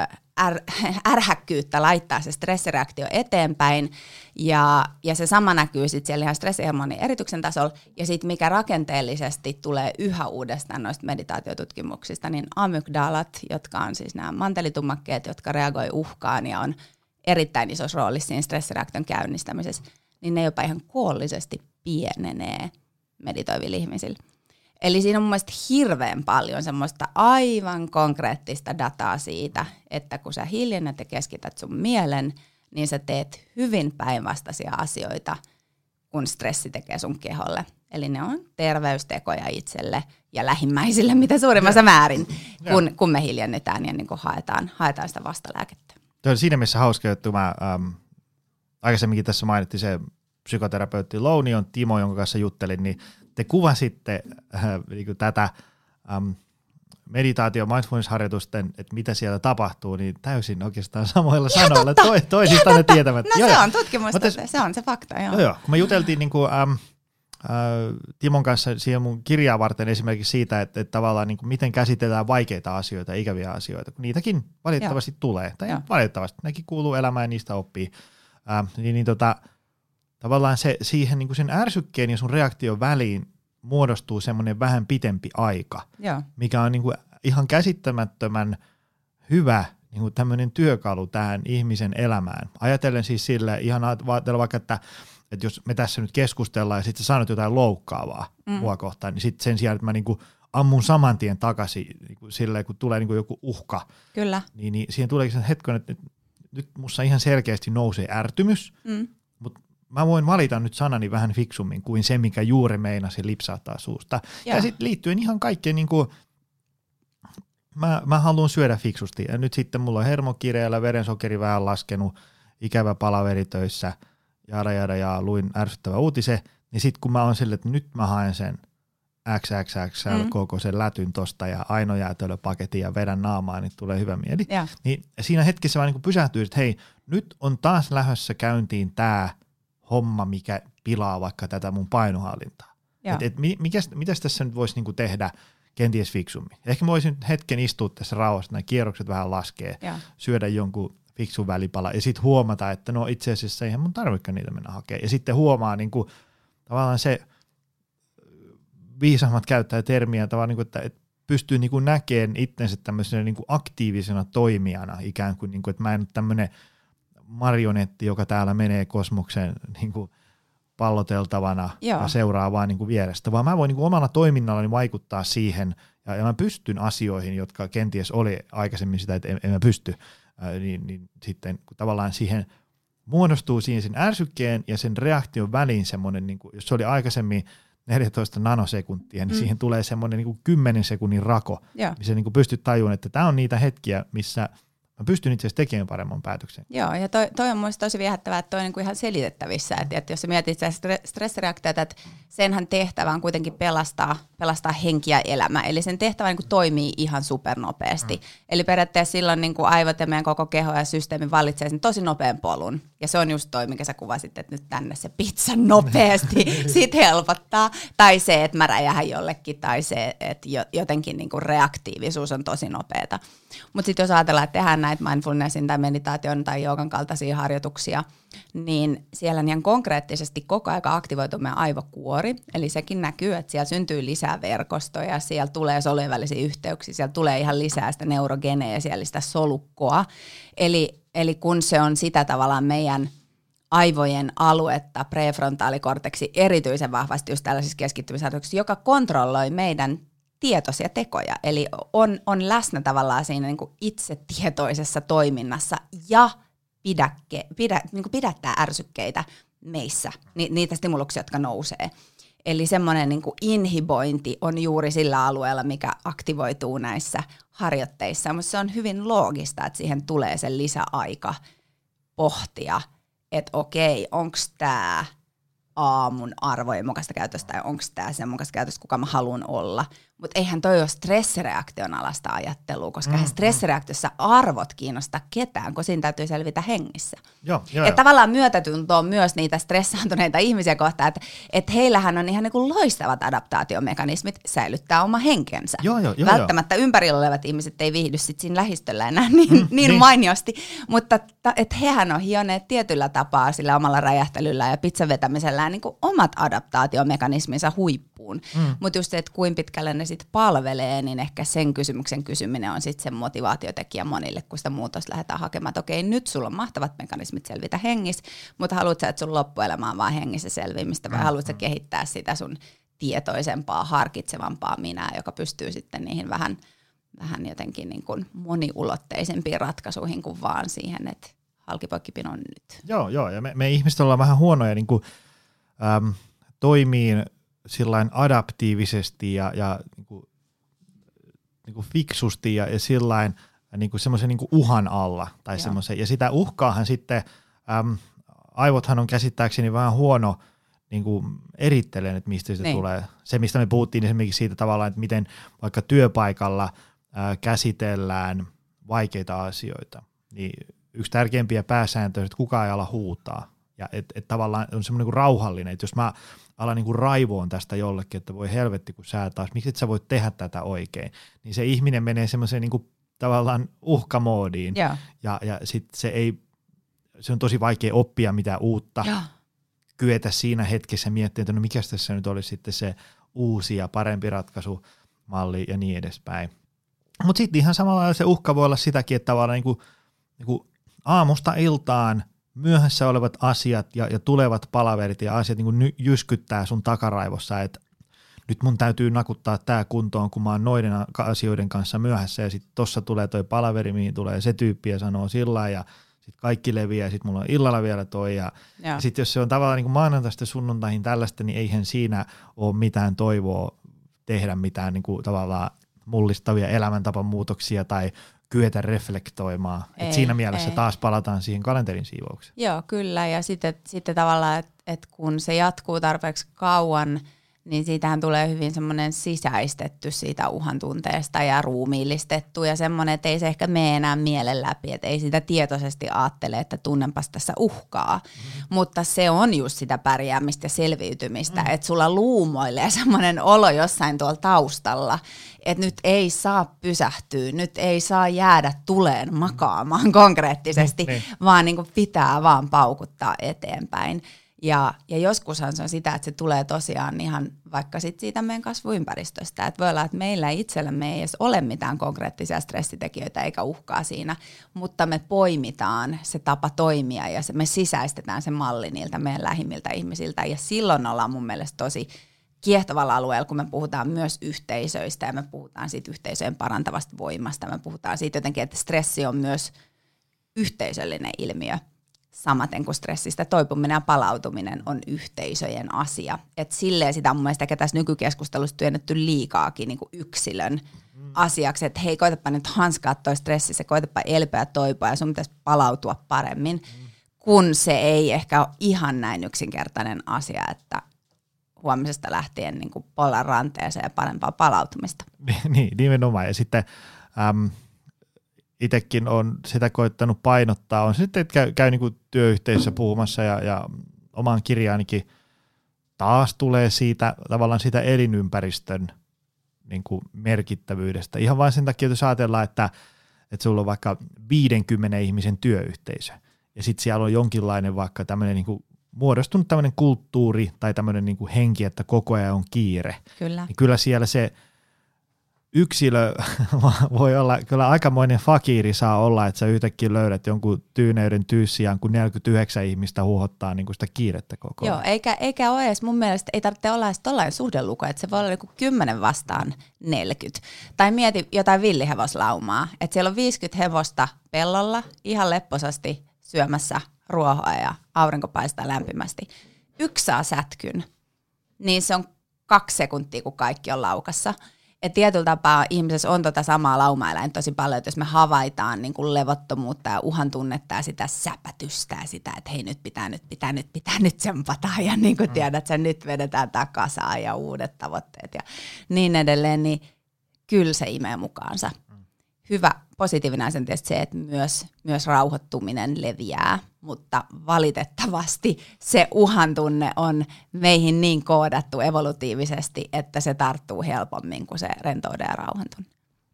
C: Är, ärhäkkyyttä laittaa se stressireaktio eteenpäin ja, ja se sama näkyy sitten siellä ihan stressihormonin erityksen tasolla ja sitten mikä rakenteellisesti tulee yhä uudestaan noista meditaatiotutkimuksista, niin amygdalat, jotka on siis nämä mantelitummakkeet, jotka reagoi uhkaan ja on erittäin isossa roolissa siinä stressireaktion käynnistämisessä, niin ne jopa ihan koollisesti pienenee meditoivilla ihmisillä. Eli siinä on mun mielestä hirveän paljon semmoista aivan konkreettista dataa siitä, että kun sä hiljennät ja keskität sun mielen, niin sä teet hyvin päinvastaisia asioita, kun stressi tekee sun keholle. Eli ne on terveystekoja itselle ja lähimmäisille, mitä suurimmassa määrin, kun, kun me hiljennetään ja niin kun haetaan, haetaan sitä vastalääkettä.
B: Tuo on siinä mielessä hauska juttu. Mä ähm, aikaisemminkin tässä mainittiin se psykoterapeutti Lounion Timo, jonka kanssa juttelin, niin te kuvasitte äh, niin tätä ähm, meditaatio- mindfulness-harjoitusten, että mitä siellä tapahtuu, niin täysin oikeastaan samoilla Ihan sanoilla, to, toisista ne tietämättä.
C: No joo, se joo. on tutkimusta, Mutta, se on se fakta. Joo,
B: joo, joo. Kun me juteltiin niin kuin, ähm, äh, Timon kanssa siihen mun kirjaa varten esimerkiksi siitä, että, että tavallaan niin kuin miten käsitellään vaikeita asioita, ikäviä asioita, kun niitäkin valitettavasti joo. tulee. Tai joo. valitettavasti, nekin kuuluu elämään ja niistä oppii. ää, niin, niin tota, tavallaan se, siihen niin kuin sen ärsykkeen ja sun reaktion väliin muodostuu semmoinen vähän pitempi aika,
C: Joo.
B: mikä on niin kuin ihan käsittämättömän hyvä niin kuin tämmöinen työkalu tähän ihmisen elämään. Ajatellen siis sille, ihan ajatella vaikka, että, että jos me tässä nyt keskustellaan ja sitten sä sanot jotain loukkaavaa mm. mua kohtaan, niin sitten sen sijaan, että mä niin kuin ammun saman tien takaisin niin kuin silleen, kun tulee niin kuin joku uhka,
C: Kyllä.
B: Niin, niin siihen tuleekin sen hetken, että nyt, nyt musta ihan selkeästi nousee ärtymys, mm. mutta mä voin valita nyt sanani vähän fiksummin kuin se, mikä juuri meinasi lipsahtaa suusta. Ja, ja sitten liittyen ihan kaikkeen, niin kuin, mä, mä haluan syödä fiksusti. Ja nyt sitten mulla on hermokireellä, verensokeri vähän laskenut, ikävä palaveri töissä, jada jada ja luin ärsyttävä uutise. Niin sitten kun mä oon silleen, että nyt mä haen sen X X X L mm. koko sen lätyn tosta ja ainojäätelöpaketin ja vedän naamaan, niin tulee hyvä mieli. Ja. Niin siinä hetkessä vaan niin kuin pysähtyy, että hei, nyt on taas lähdössä käyntiin tää homma, mikä pilaa vaikka tätä mun painohallintaa. Et, et, mikäs, mitäs tässä nyt voisi niinku tehdä kenties fiksummin? Ehkä mä voisin hetken istua tässä rauhassa, nämä kierrokset vähän laskee, ja. syödä jonkun fiksun välipala ja sitten huomata, että no itse asiassa eihän mun tarvitse niitä mennä hakemaan. Ja sitten huomaa niinku, tavallaan se, viisaammat käyttää termiä, tavallaan, niinku, että et pystyy niinku näkemään itsensä tämmöisenä niinku aktiivisena toimijana ikään kuin, niinku, että mä en ole tämmöinen marionetti, joka täällä menee kosmoksen niin kuin palloteltavana Joo. ja seuraa vaan niin kuin vierestä, vaan mä voin niin kuin omalla toiminnallani vaikuttaa siihen, ja, ja mä pystyn asioihin, jotka kenties oli aikaisemmin sitä, että en, en mä pysty, ää, niin, niin sitten kun tavallaan siihen muodostuu siihen sen ärsykkeen ja sen reaktion väliin semmoinen, niin kuin, jos se oli aikaisemmin neljätoista nanosekuntia, niin mm. siihen tulee semmoinen niin kuin kymmenen sekunnin rako, Joo. missä niin kuin pystyt tajumaan, että tämä on niitä hetkiä, missä mä pystyn itse asiassa tekemään paremman päätöksen. Joo, ja toi, toi on mielestäni tosi viehättävää, että toi on niinku ihan selitettävissä. Että, että jos sä mietit sitä stressireaktiota, että senhän tehtävä on kuitenkin pelastaa, pelastaa henki ja elämä. Eli sen tehtävä niinku toimii ihan supernopeasti. Mm. Eli periaatteessa silloin niinku aivot ja meidän koko keho ja systeemi valitsee sen tosi nopean polun. Ja se on just toi, mikä sä kuvasit, että nyt tänne se pizza nopeasti sit helpottaa. Tai se, että mä räjähän jollekin, tai se, että jotenkin niinku reaktiivisuus on tosi nopeata. Mutta sitten jos ajatellaan, että tehdään näitä mindfulnessin tai meditaation tai joogan kaltaisia harjoituksia, niin siellä ihan konkreettisesti koko ajan aktivoituu meidän aivokuori. Eli sekin näkyy, että siellä syntyy lisää verkostoja, siellä tulee solujen välisiä yhteyksiä, siellä tulee ihan lisää sitä neurogeneesiä, solukkoa. Eli, eli kun se on sitä tavallaan meidän aivojen aluetta, prefrontaalikorteksi erityisen vahvasti just tällaisissa keskittymisharjoituksissa, joka kontrolloi meidän tietoisia tekoja, eli on, on läsnä tavallaan siinä niin kuin itsetietoisessa toiminnassa ja pidäkke, pidä, niin kuin pidättää ärsykkeitä meissä, ni, niitä stimuluksia, jotka nousee. Eli semmoinen niin kuin inhibointi on juuri sillä alueella, mikä aktivoituu näissä harjoitteissa, mutta se on hyvin loogista, että siihen tulee se lisäaika pohtia, että okei, onko tämä aamun arvojen mukaista käytöstä tai onko tämä sen mukaista käytöstä, kuka mä haluan olla. Mutta eihän toi ole stressireaktion alasta ajattelua, koska mm, stressireaktiossa arvot kiinnostaa ketään, kun siinä täytyy selvitä hengissä. Joo, jo,
C: että tavallaan myötätunto on myös niitä stressaantuneita ihmisiä kohtaan, että et heillähän on ihan niinku loistavat adaptaatiomekanismit säilyttää oma henkensä.
B: Joo, jo, jo,
C: Välttämättä jo. Ympärillä olevat ihmiset ei viihdy sit siinä lähistöllä enää niin, mm, niin, niin mainiosti, mutta että hehän on hioneet tietyllä tapaa sillä omalla räjähtelyllä ja pizzan vetämisellään niinku omat adaptaatiomekanisminsa huippuun. Mm. Mutta just se, että kuinka pitkälle ne sitten palvelee, niin ehkä sen kysymyksen kysyminen on sitten se motivaatiotekijä monille, kun sitä muutosta lähdetään hakemaan, että okei, nyt sulla on mahtavat mekanismit selvitä hengissä, mutta haluatko sä, että sun loppuelämä on vaan hengissä selviämistä, vai haluatko sä kehittää sitä sun tietoisempaa, harkitsevampaa minää, joka pystyy sitten niihin vähän, vähän jotenkin niin kuin moniulotteisempiin ratkaisuihin kuin vaan siihen, että halkipoikkipino on nyt.
B: Joo, joo, ja me, me ihmiset ollaan vähän huonoja niin kuin, äm, toimiin sillain adaptiivisesti ja, ja niin kuin, niin kuin fiksusti ja, ja sillain niin kuin semmoisen niin kuin uhan alla. Tai semmoisen. Ja sitä uhkaahan sitten, äm, aivothan on käsittääkseni vähän huono niin kuin eritteleen, että mistä se niin tulee. Se, mistä me puhuttiin esimerkiksi siitä tavallaan, että miten vaikka työpaikalla ää, käsitellään vaikeita asioita. Niin yksi tärkeimpiä pääsääntöjä, että kukaan ei ala huutaa. Ja että et tavallaan on semmoinen niin kuin rauhallinen, että jos mä alan niin kuin raivoon tästä jollekin, että voi helvetti, kun sä taas, miksi et sä voit tehdä tätä oikein, niin se ihminen menee semmoiseen niin kuin tavallaan uhkamoodiin, yeah. ja, ja sitten se ei se on tosi vaikea oppia mitään uutta,
C: ja.
B: kyetä siinä hetkessä miettimään, että no mikä tässä nyt olisi sitten se uusi ja parempi ratkaisumalli ja niin edespäin. Mutta sitten ihan samalla lailla se uhka voi olla sitäkin, että tavallaan niinku, niinku aamusta iltaan myöhässä olevat asiat ja, ja tulevat palaverit ja asiat niinku ny, jyskyttää sun takaraivossa, että nyt mun täytyy nakuttaa tää kuntoon, kun mä oon noiden asioiden kanssa myöhässä ja sitten tossa tulee toi palaveri, mihin tulee se tyyppi ja sanoo sillä ja sitten kaikki leviää ja sitten mulla on illalla vielä toi ja, ja sitten jos se on tavallaan niinku maanantaista sunnuntaihin tällaista, niin eihän siinä ole mitään toivoa tehdä mitään niinku tavallaan mullistavia elämäntapamuutoksia tai kyetä reflektoimaan. Ei, et siinä mielessä ei. Taas palataan siihen kalenterin siivoukseen.
C: Joo, kyllä. Ja sitten, sitten tavallaan, että et kun se jatkuu tarpeeksi kauan, niin siitähän tulee hyvin semmoinen sisäistetty siitä uhan tunteesta ja ruumiillistettu ja semmoinen, että ei se ehkä mene enää mielen läpi, että ei sitä tietoisesti ajattele, että tunnenpas tässä uhkaa, mm-hmm. mutta se on just sitä pärjäämistä ja selviytymistä, mm-hmm. että sulla luumoilee semmoinen olo jossain tuolla taustalla, että nyt ei saa pysähtyä, nyt ei saa jäädä tuleen makaamaan konkreettisesti, niin, niin. vaan niin kuin pitää vaan paukuttaa eteenpäin. Ja, ja joskushan se on sitä, että se tulee tosiaan ihan vaikka sit siitä meidän kasvuympäristöstä. Että voi olla, että meillä itsellämme ei edes ole mitään konkreettisia stressitekijöitä eikä uhkaa siinä, mutta me poimitaan se tapa toimia ja se, me sisäistetään se malli niiltä meidän lähimmiltä ihmisiltä. Ja silloin ollaan mun mielestä tosi kiehtovalla alueella, kun me puhutaan myös yhteisöistä ja me puhutaan siitä yhteisöjen parantavasta voimasta. Me puhutaan siitä jotenkin, että stressi on myös yhteisöllinen ilmiö. Samaten kuin stressistä toipuminen ja palautuminen on yhteisöjen asia. Et silleen sitä on mun mielestä tässä nykykeskustelussa työnnetty liikaakin niin kuin yksilön mm. asiaksi, että hei, koitapa nyt hanskaa toi stressissä, koitapa elpyä ja toipua ja sun pitäisi palautua paremmin, mm. kun se ei ehkä ole ihan näin yksinkertainen asia, että huomisesta lähtien niin kuin pollan ranteeseen ja parempaa palautumista.
B: Niin, nimenomaan. Ja sitten äm, itsekin on sitä koittanut painottaa, on sitten, että käy, käy niin kuin työyhteisössä puhumassa ja, ja omaan kirjaanikin taas tulee siitä tavallaan siitä elinympäristön niin kuin merkittävyydestä. Ihan vain sen takia, että jos ajatellaan, että, että sulla on vaikka viidenkymmenen ihmisen työyhteisö ja sitten siellä on jonkinlainen vaikka tämmöinen niin kuin muodostunut tämmöinen kulttuuri tai tämmöinen niin kuin henki, että koko ajan on kiire.
C: Kyllä.
B: Niin kyllä siellä se yksilö voi olla, kyllä aikamoinen fakiiri saa olla, että sä yhtäkkiä löydät jonkun tyyneyden tyyssijaan, kun neljäkymmentäyhdeksän ihmistä huuhottaa niin kuin sitä kiirettä koko ajan.
C: Joo, eikä, eikä ole edes, mun mielestä ei tarvitse olla edes tollainen suhdeluku, että se voi olla joku kymmenen vastaan neljäkymmentä. Tai mieti jotain villihevoslaumaa, että siellä on viisikymmentä hevosta pellolla ihan lepposasti syömässä ruohoa ja aurinko paistaa lämpimästi. Yksi saa sätkyn, niin se on kaksi sekuntia, kun kaikki on laukassa. Et tietyllä tapaa ihmisessä on tota samaa laumaeläin tosi paljon, että jos me havaitaan niin kuin levottomuutta ja uhan tunnetta ja sitä säpätystä ja sitä, että hei nyt pitää, nyt pitää, nyt pitää, nyt tsempata ja niin kuin tiedät, että nyt vedetään takasaan ja uudet tavoitteet ja niin edelleen, niin kyllä se imee mukaansa. Hyvä positiivinen asia on tietysti se, että myös, myös rauhoittuminen leviää, mutta valitettavasti se uhan tunne on meihin niin koodattu evolutiivisesti, että se tarttuu helpommin kuin se rentouden ja rauhan tunne.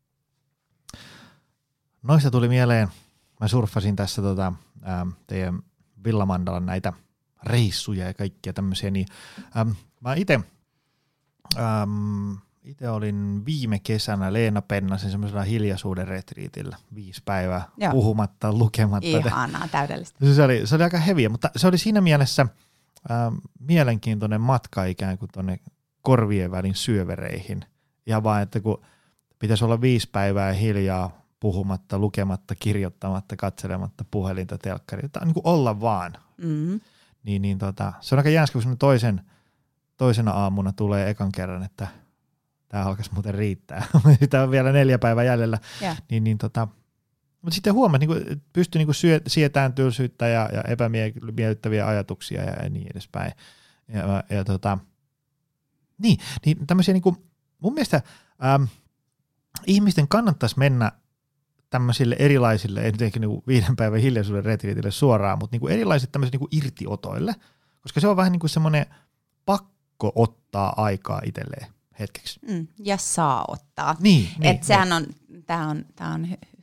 B: Noista tuli mieleen, mä surffasin tässä tota, ää, teidän Villamandalan näitä reissuja ja kaikkia tämmöisiä, niin ää, mä ite... Itse olin viime kesänä Leena Pennasen semmoisella hiljaisuuden retriitillä, viisi päivää Joo. puhumatta, lukematta.
C: Ihanaa, täydellistä.
B: Se oli, se oli aika heviä, mutta se oli siinä mielessä äh, mielenkiintoinen matka ikään kuin tuonne korvien välin syövereihin. Ihan vaan, että kun pitäisi olla viisi päivää hiljaa, puhumatta, lukematta, kirjoittamatta, katselematta puhelinta, telkkaria, tai niin kuin olla vaan. Mm-hmm. Niin, niin tota, se on aika jänskä, kun toisen, toisena aamuna tulee ekan kerran, että tämä alkaisi muuten riittää. Sitä on vielä neljä päivää jäljellä. Yeah. Niin, niin tota, mutta sitten huomaat, että pystyy niinku sietään tylsyyttä ja, ja epämiellyttäviä ajatuksia ja, ja niin edespäin. Ja, ja tota, niin, niin tämmöisiä niinku, mun mielestä ähm, ihmisten kannattaisi mennä tämmöisille erilaisille, ei nyt ehkä niinku viiden päivän hiljaisuuden retriitille suoraan, mutta niinku erilaiset tämmöisille niinku irtiotoille, koska se on vähän niinku semmoinen pakko ottaa aikaa itselleen hetkeksi.
C: Mm, ja saa ottaa.
B: Niin, niin,
C: Et sehän on, tää on, tää on hy-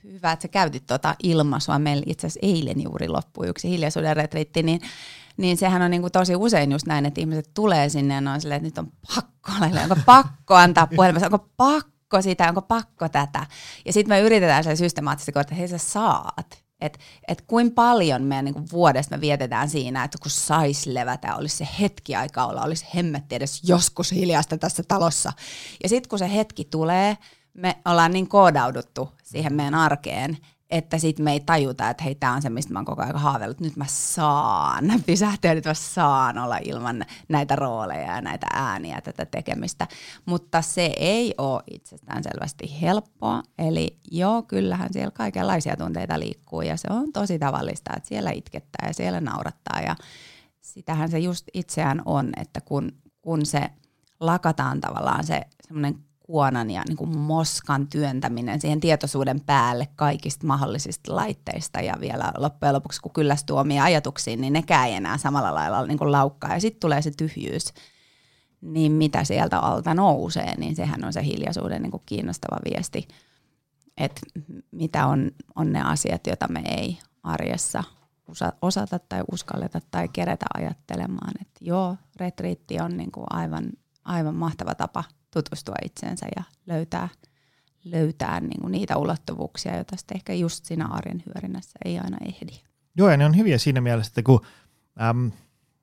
C: hyvä, että sä käytit tuota ilmaisua. Meillä itse asiassa eilen juuri loppui yksi hiljaisuuden retriitti, niin, niin sehän on niin kuin tosi usein just näin, että ihmiset tulee sinne ja on silleen, että nyt on pakko, onko pakko antaa puhelimessa, onko pakko sitä, onko pakko tätä. Ja sitten me yritetään sille systemaattisesti, että hei sä saat. Että et kuinka paljon meidän niin kuin vuodesta me vietetään siinä, että kun saisi levätä, olisi se hetki aikaa olla, olisi hemmetti edes joskus hiljaista tässä talossa. Ja sitten kun se hetki tulee, me ollaan niin koodauduttu siihen meidän arkeen, että sitten me ei tajuta, että hei, tämä on se, mistä mä oon koko ajan haaveillut. Nyt mä saan pysähtyä, nyt mä saan olla ilman näitä rooleja ja näitä ääniä ja tätä tekemistä. Mutta se ei ole itsestään selvästi helppoa. Eli joo, kyllähän siellä kaikenlaisia tunteita liikkuu ja se on tosi tavallista, että siellä itkettää ja siellä naurattaa. Ja sitähän se just itseään on, että kun, kun se lakataan tavallaan se semmoinen kuonan ja niin kuin moskan työntäminen siihen tietoisuuden päälle kaikista mahdollisista laitteista ja vielä loppujen lopuksi, kun kyllästyy omiin ajatuksiin, niin nekään ei enää samalla lailla niin kuin laukkaa. Ja sitten tulee se tyhjyys, niin mitä sieltä alta nousee, niin sehän on se hiljaisuuden niin kuin kiinnostava viesti, että mitä on, on ne asiat, joita me ei arjessa osata tai uskalleta tai kerätä ajattelemaan. Että joo, retriitti on niin kuin aivan, aivan mahtava tapa tutustua itseensä ja löytää, löytää niinku niitä ulottuvuuksia, joita sitten ehkä just siinä arjen hyörinnässä ei aina ehdi.
B: Joo, ja ne on hyviä siinä mielessä, että kun äm,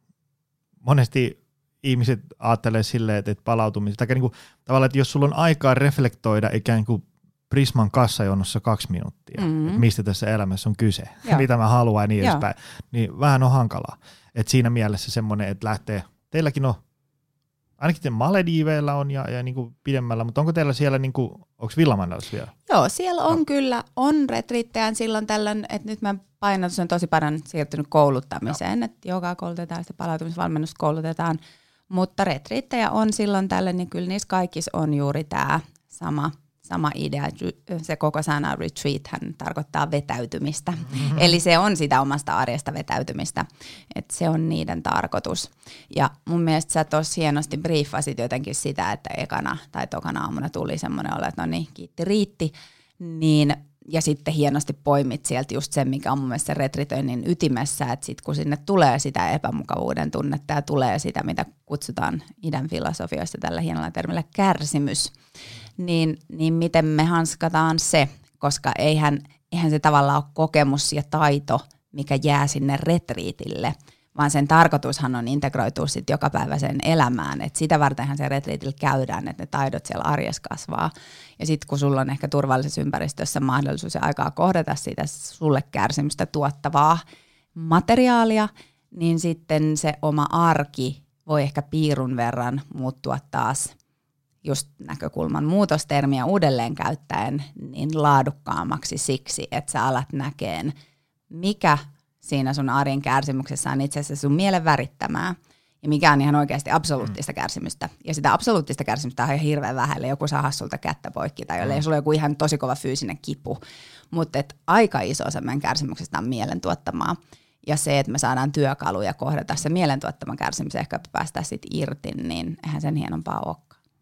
B: monesti ihmiset ajattelee silleen, että palautumista, tai niinku, tavallaan, että jos sulla on aikaa reflektoida ikään kuin Prisman kassajonossa kaksi minuuttia, mm-hmm. että mistä tässä elämässä on kyse, mitä mä haluan ja niin Joo. edespäin, niin vähän on hankalaa. Että siinä mielessä semmoinen, että lähtee, teilläkin on ainakin Malediiveillä on ja, ja niin kuin pidemmällä, mutta onko teillä siellä, niin kuin, onko Villamannalassa vielä?
C: Joo, siellä on
B: no.
C: kyllä, on retriittejä silloin tällöin, että nyt mä painotus on tosi paljon siirtynyt kouluttamiseen, no. että joogaa koulutetaan, sitä palautumisvalmennusta koulutetaan, mutta retriittejä on silloin tällöin, niin kyllä niissä kaikissa on juuri tämä sama, sama idea. Se koko sana retreat-hän tarkoittaa vetäytymistä, mm-hmm. eli se on sitä omasta arjesta vetäytymistä, että se on niiden tarkoitus. Ja mun mielestä sä tossa hienosti briefasit jotenkin sitä, että ekana tai tokana aamuna tuli semmoinen olo, että no niin, kiitti riitti, niin, ja sitten hienosti poimit sieltä just sen, mikä on mun mielestä se retritöinnin ytimessä, että sit kun sinne tulee sitä epämukavuuden tunnetta ja tulee sitä, mitä kutsutaan idän filosofioissa tällä hienolla termillä kärsimys, Niin, niin miten me hanskataan se, koska eihän, eihän se tavallaan ole kokemus ja taito, mikä jää sinne retriitille, vaan sen tarkoitushan on integroitua sitten jokapäiväiseen elämään. Et sitä vartenhan se retriitillä käydään, että ne taidot siellä arjessa kasvaa. Ja sitten kun sulla on ehkä turvallisessa ympäristössä mahdollisuus ja aikaa kohdata sitä sulle kärsimystä tuottavaa materiaalia, niin sitten se oma arki voi ehkä piirun verran muuttua taas just näkökulman muutostermiä uudelleen käyttäen niin laadukkaammaksi siksi, että sä alat näkeen, mikä siinä sun arjen kärsimyksessä on itse asiassa sun mielen värittämää ja mikä on ihan oikeasti absoluuttista mm. kärsimystä. Ja sitä absoluuttista kärsimystä on ihan hirveän vähälle. Joku saa sulta kättä poikki tai jolle mm. sulla on joku ihan tosi kova fyysinen kipu. Mutta aika iso osa meidän kärsimyksestä on mielen tuottamaa. Ja se, että me saadaan työkaluja kohdata se mielen tuottama kärsimys ja ehkä päästään siitä irti, niin eihän sen hienompaa ole.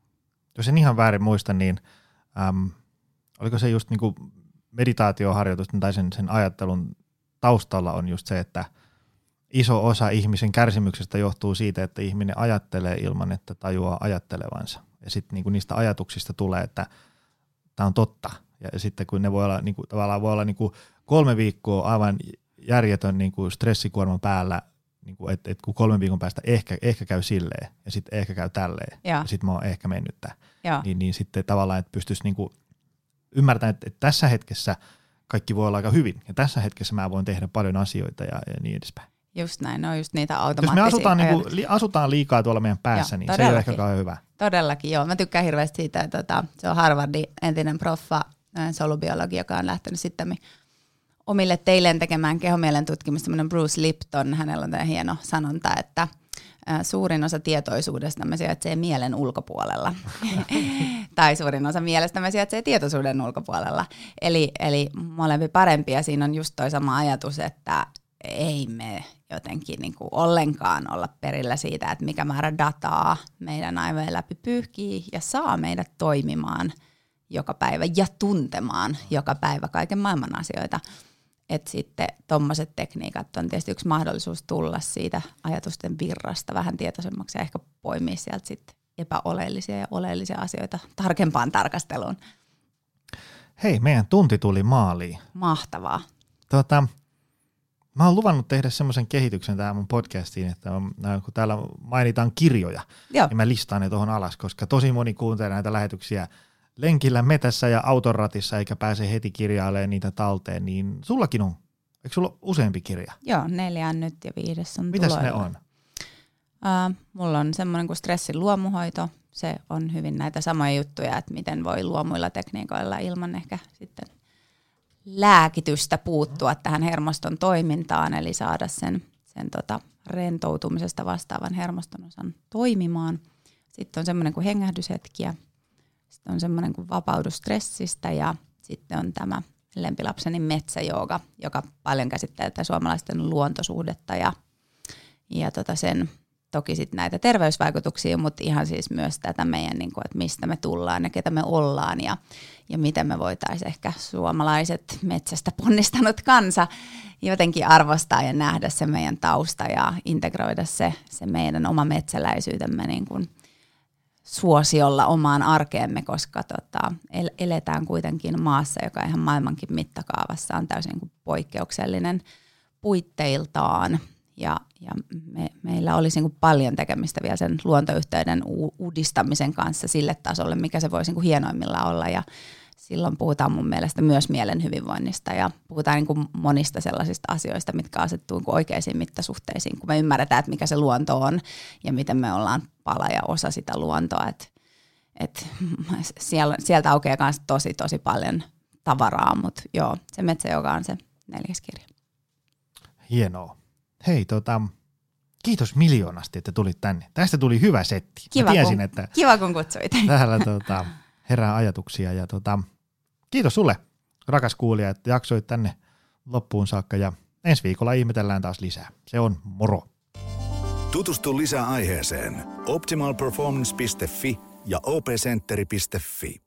B: Jos en ihan väärin muista, niin äm, oliko se just niinku meditaatioharjoitusten tai sen, sen ajattelun taustalla on just se, että iso osa ihmisen kärsimyksestä johtuu siitä, että ihminen ajattelee ilman, että tajuaa ajattelevansa. Ja sitten niinku niistä ajatuksista tulee, että tämä on totta. Ja sitten kun ne voi olla, niinku, tavallaan voi olla niinku kolme viikkoa aivan järjetön niinku stressikuorman päällä, Niin että et kun kolmen viikon päästä ehkä, ehkä käy silleen ja sitten ehkä käy tälleen ja, ja sitten mä oon ehkä mennyt tämän, niin, niin sitten tavallaan, että pystyisi niinku ymmärtämään, että, että tässä hetkessä kaikki voi olla aika hyvin ja tässä hetkessä mä voin tehdä paljon asioita ja, ja niin edespäin.
C: Just näin, ne on just niitä automaattisia.
B: Jos me asutaan, niinku, li, asutaan liikaa tuolla meidän päässä, joo, niin todellakin. Se ei ole ehkä kauhean hyvä.
C: Todellakin, joo. Mä tykkään hirveästi siitä, että tota, se on Harvardin entinen proffa, solubiologi, joka on lähtenyt sitten omille teilleen tekemään kehomielen tutkimusta, tämmöinen Bruce Lipton, hänellä on tämä hieno sanonta, että suurin osa tietoisuudestamme sijaitsee mielen ulkopuolella. Tai suurin osa mielestämme sijaitsee tietoisuuden ulkopuolella. Eli, eli molempi parempia. Siinä on just toi sama ajatus, että ei me jotenkin niin kuin ollenkaan olla perillä siitä, että mikä määrä dataa meidän aivojen läpi pyyhkii ja saa meidät toimimaan joka päivä ja tuntemaan joka päivä kaiken maailman asioita. Että sitten tommoset tekniikat on tietysti yksi mahdollisuus tulla siitä ajatusten virrasta vähän tietoisemmaksi ja ehkä poimia sieltä sitten epäoleellisia ja oleellisia asioita tarkempaan tarkasteluun.
B: Hei, meidän tunti tuli maaliin.
C: Mahtavaa.
B: Tota, mä oon luvannut tehdä semmoisen kehityksen tähän mun podcastiin, että kun täällä mainitaan kirjoja,
C: Joo.
B: niin mä listaan ne tuohon alas, koska tosi moni kuuntelee näitä lähetyksiä lenkillä, metässä ja autoratissa, eikä pääse heti kirjailemaan niitä talteen, niin sullakin on. Eikö sulla ole useampi kirja?
C: Joo, neljä on nyt ja viides on
B: Mitäs
C: tuloilla.
B: ne on?
C: Uh, mulla on semmoinen kuin stressin luomuhoito. Se on hyvin näitä samoja juttuja, että miten voi luomuilla tekniikoilla ilman ehkä sitten lääkitystä puuttua tähän hermoston toimintaan, eli saada sen, sen tota rentoutumisesta vastaavan hermoston osan toimimaan. Sitten on semmoinen kuin hengähdyshetkiä, sitten on semmoinen kuin vapaudu stressistä ja sitten on tämä lempilapseni metsäjooga, joka paljon käsittelee tätä suomalaisten luontosuhdetta ja, ja tota sen toki sitten näitä terveysvaikutuksia, mutta ihan siis myös tätä meidän, niin kuin, että mistä me tullaan ja ketä me ollaan ja, ja miten me voitaisiin ehkä suomalaiset metsästä ponnistanut kansa jotenkin arvostaa ja nähdä se meidän tausta ja integroida se, se meidän oma metsäläisyytemme niin kuin suosiolla omaan arkeemme, koska tota, el- eletään kuitenkin maassa, joka ihan maailmankin mittakaavassa on täysin niin kuin poikkeuksellinen puitteiltaan. Ja, ja me, meillä olisi niin kuin paljon tekemistä vielä sen luontoyhteyden u- uudistamisen kanssa sille tasolle, mikä se voisi niin kuin hienoimmillaan olla. Ja silloin puhutaan mun mielestä myös mielen hyvinvoinnista ja puhutaan niin kuin monista sellaisista asioista, mitkä asettuu niin kuin oikeisiin mittasuhteisiin, kun me ymmärretään, että mikä se luonto on ja miten me ollaan pala ja osa sitä luontoa. Et, et siellä, sieltä aukeaa myös tosi, tosi paljon tavaraa, mutta joo, se metsäjooga on se neljäs kirja.
B: Hienoa. Hei, tota, kiitos miljoonasti, että tulit tänne. Tästä tuli hyvä setti.
C: Kiva,
B: tiesin,
C: kun,
B: että
C: kiva kun kutsuit.
B: Täällä tota, herää ajatuksia. Ja tota, kiitos sulle, rakas kuulija, että jaksoit tänne loppuun saakka. Ja ensi viikolla ihmetellään taas lisää. Se on moro.
A: Tutustu lisää aiheeseen optimal performance piste fi ja o p centeri piste fi.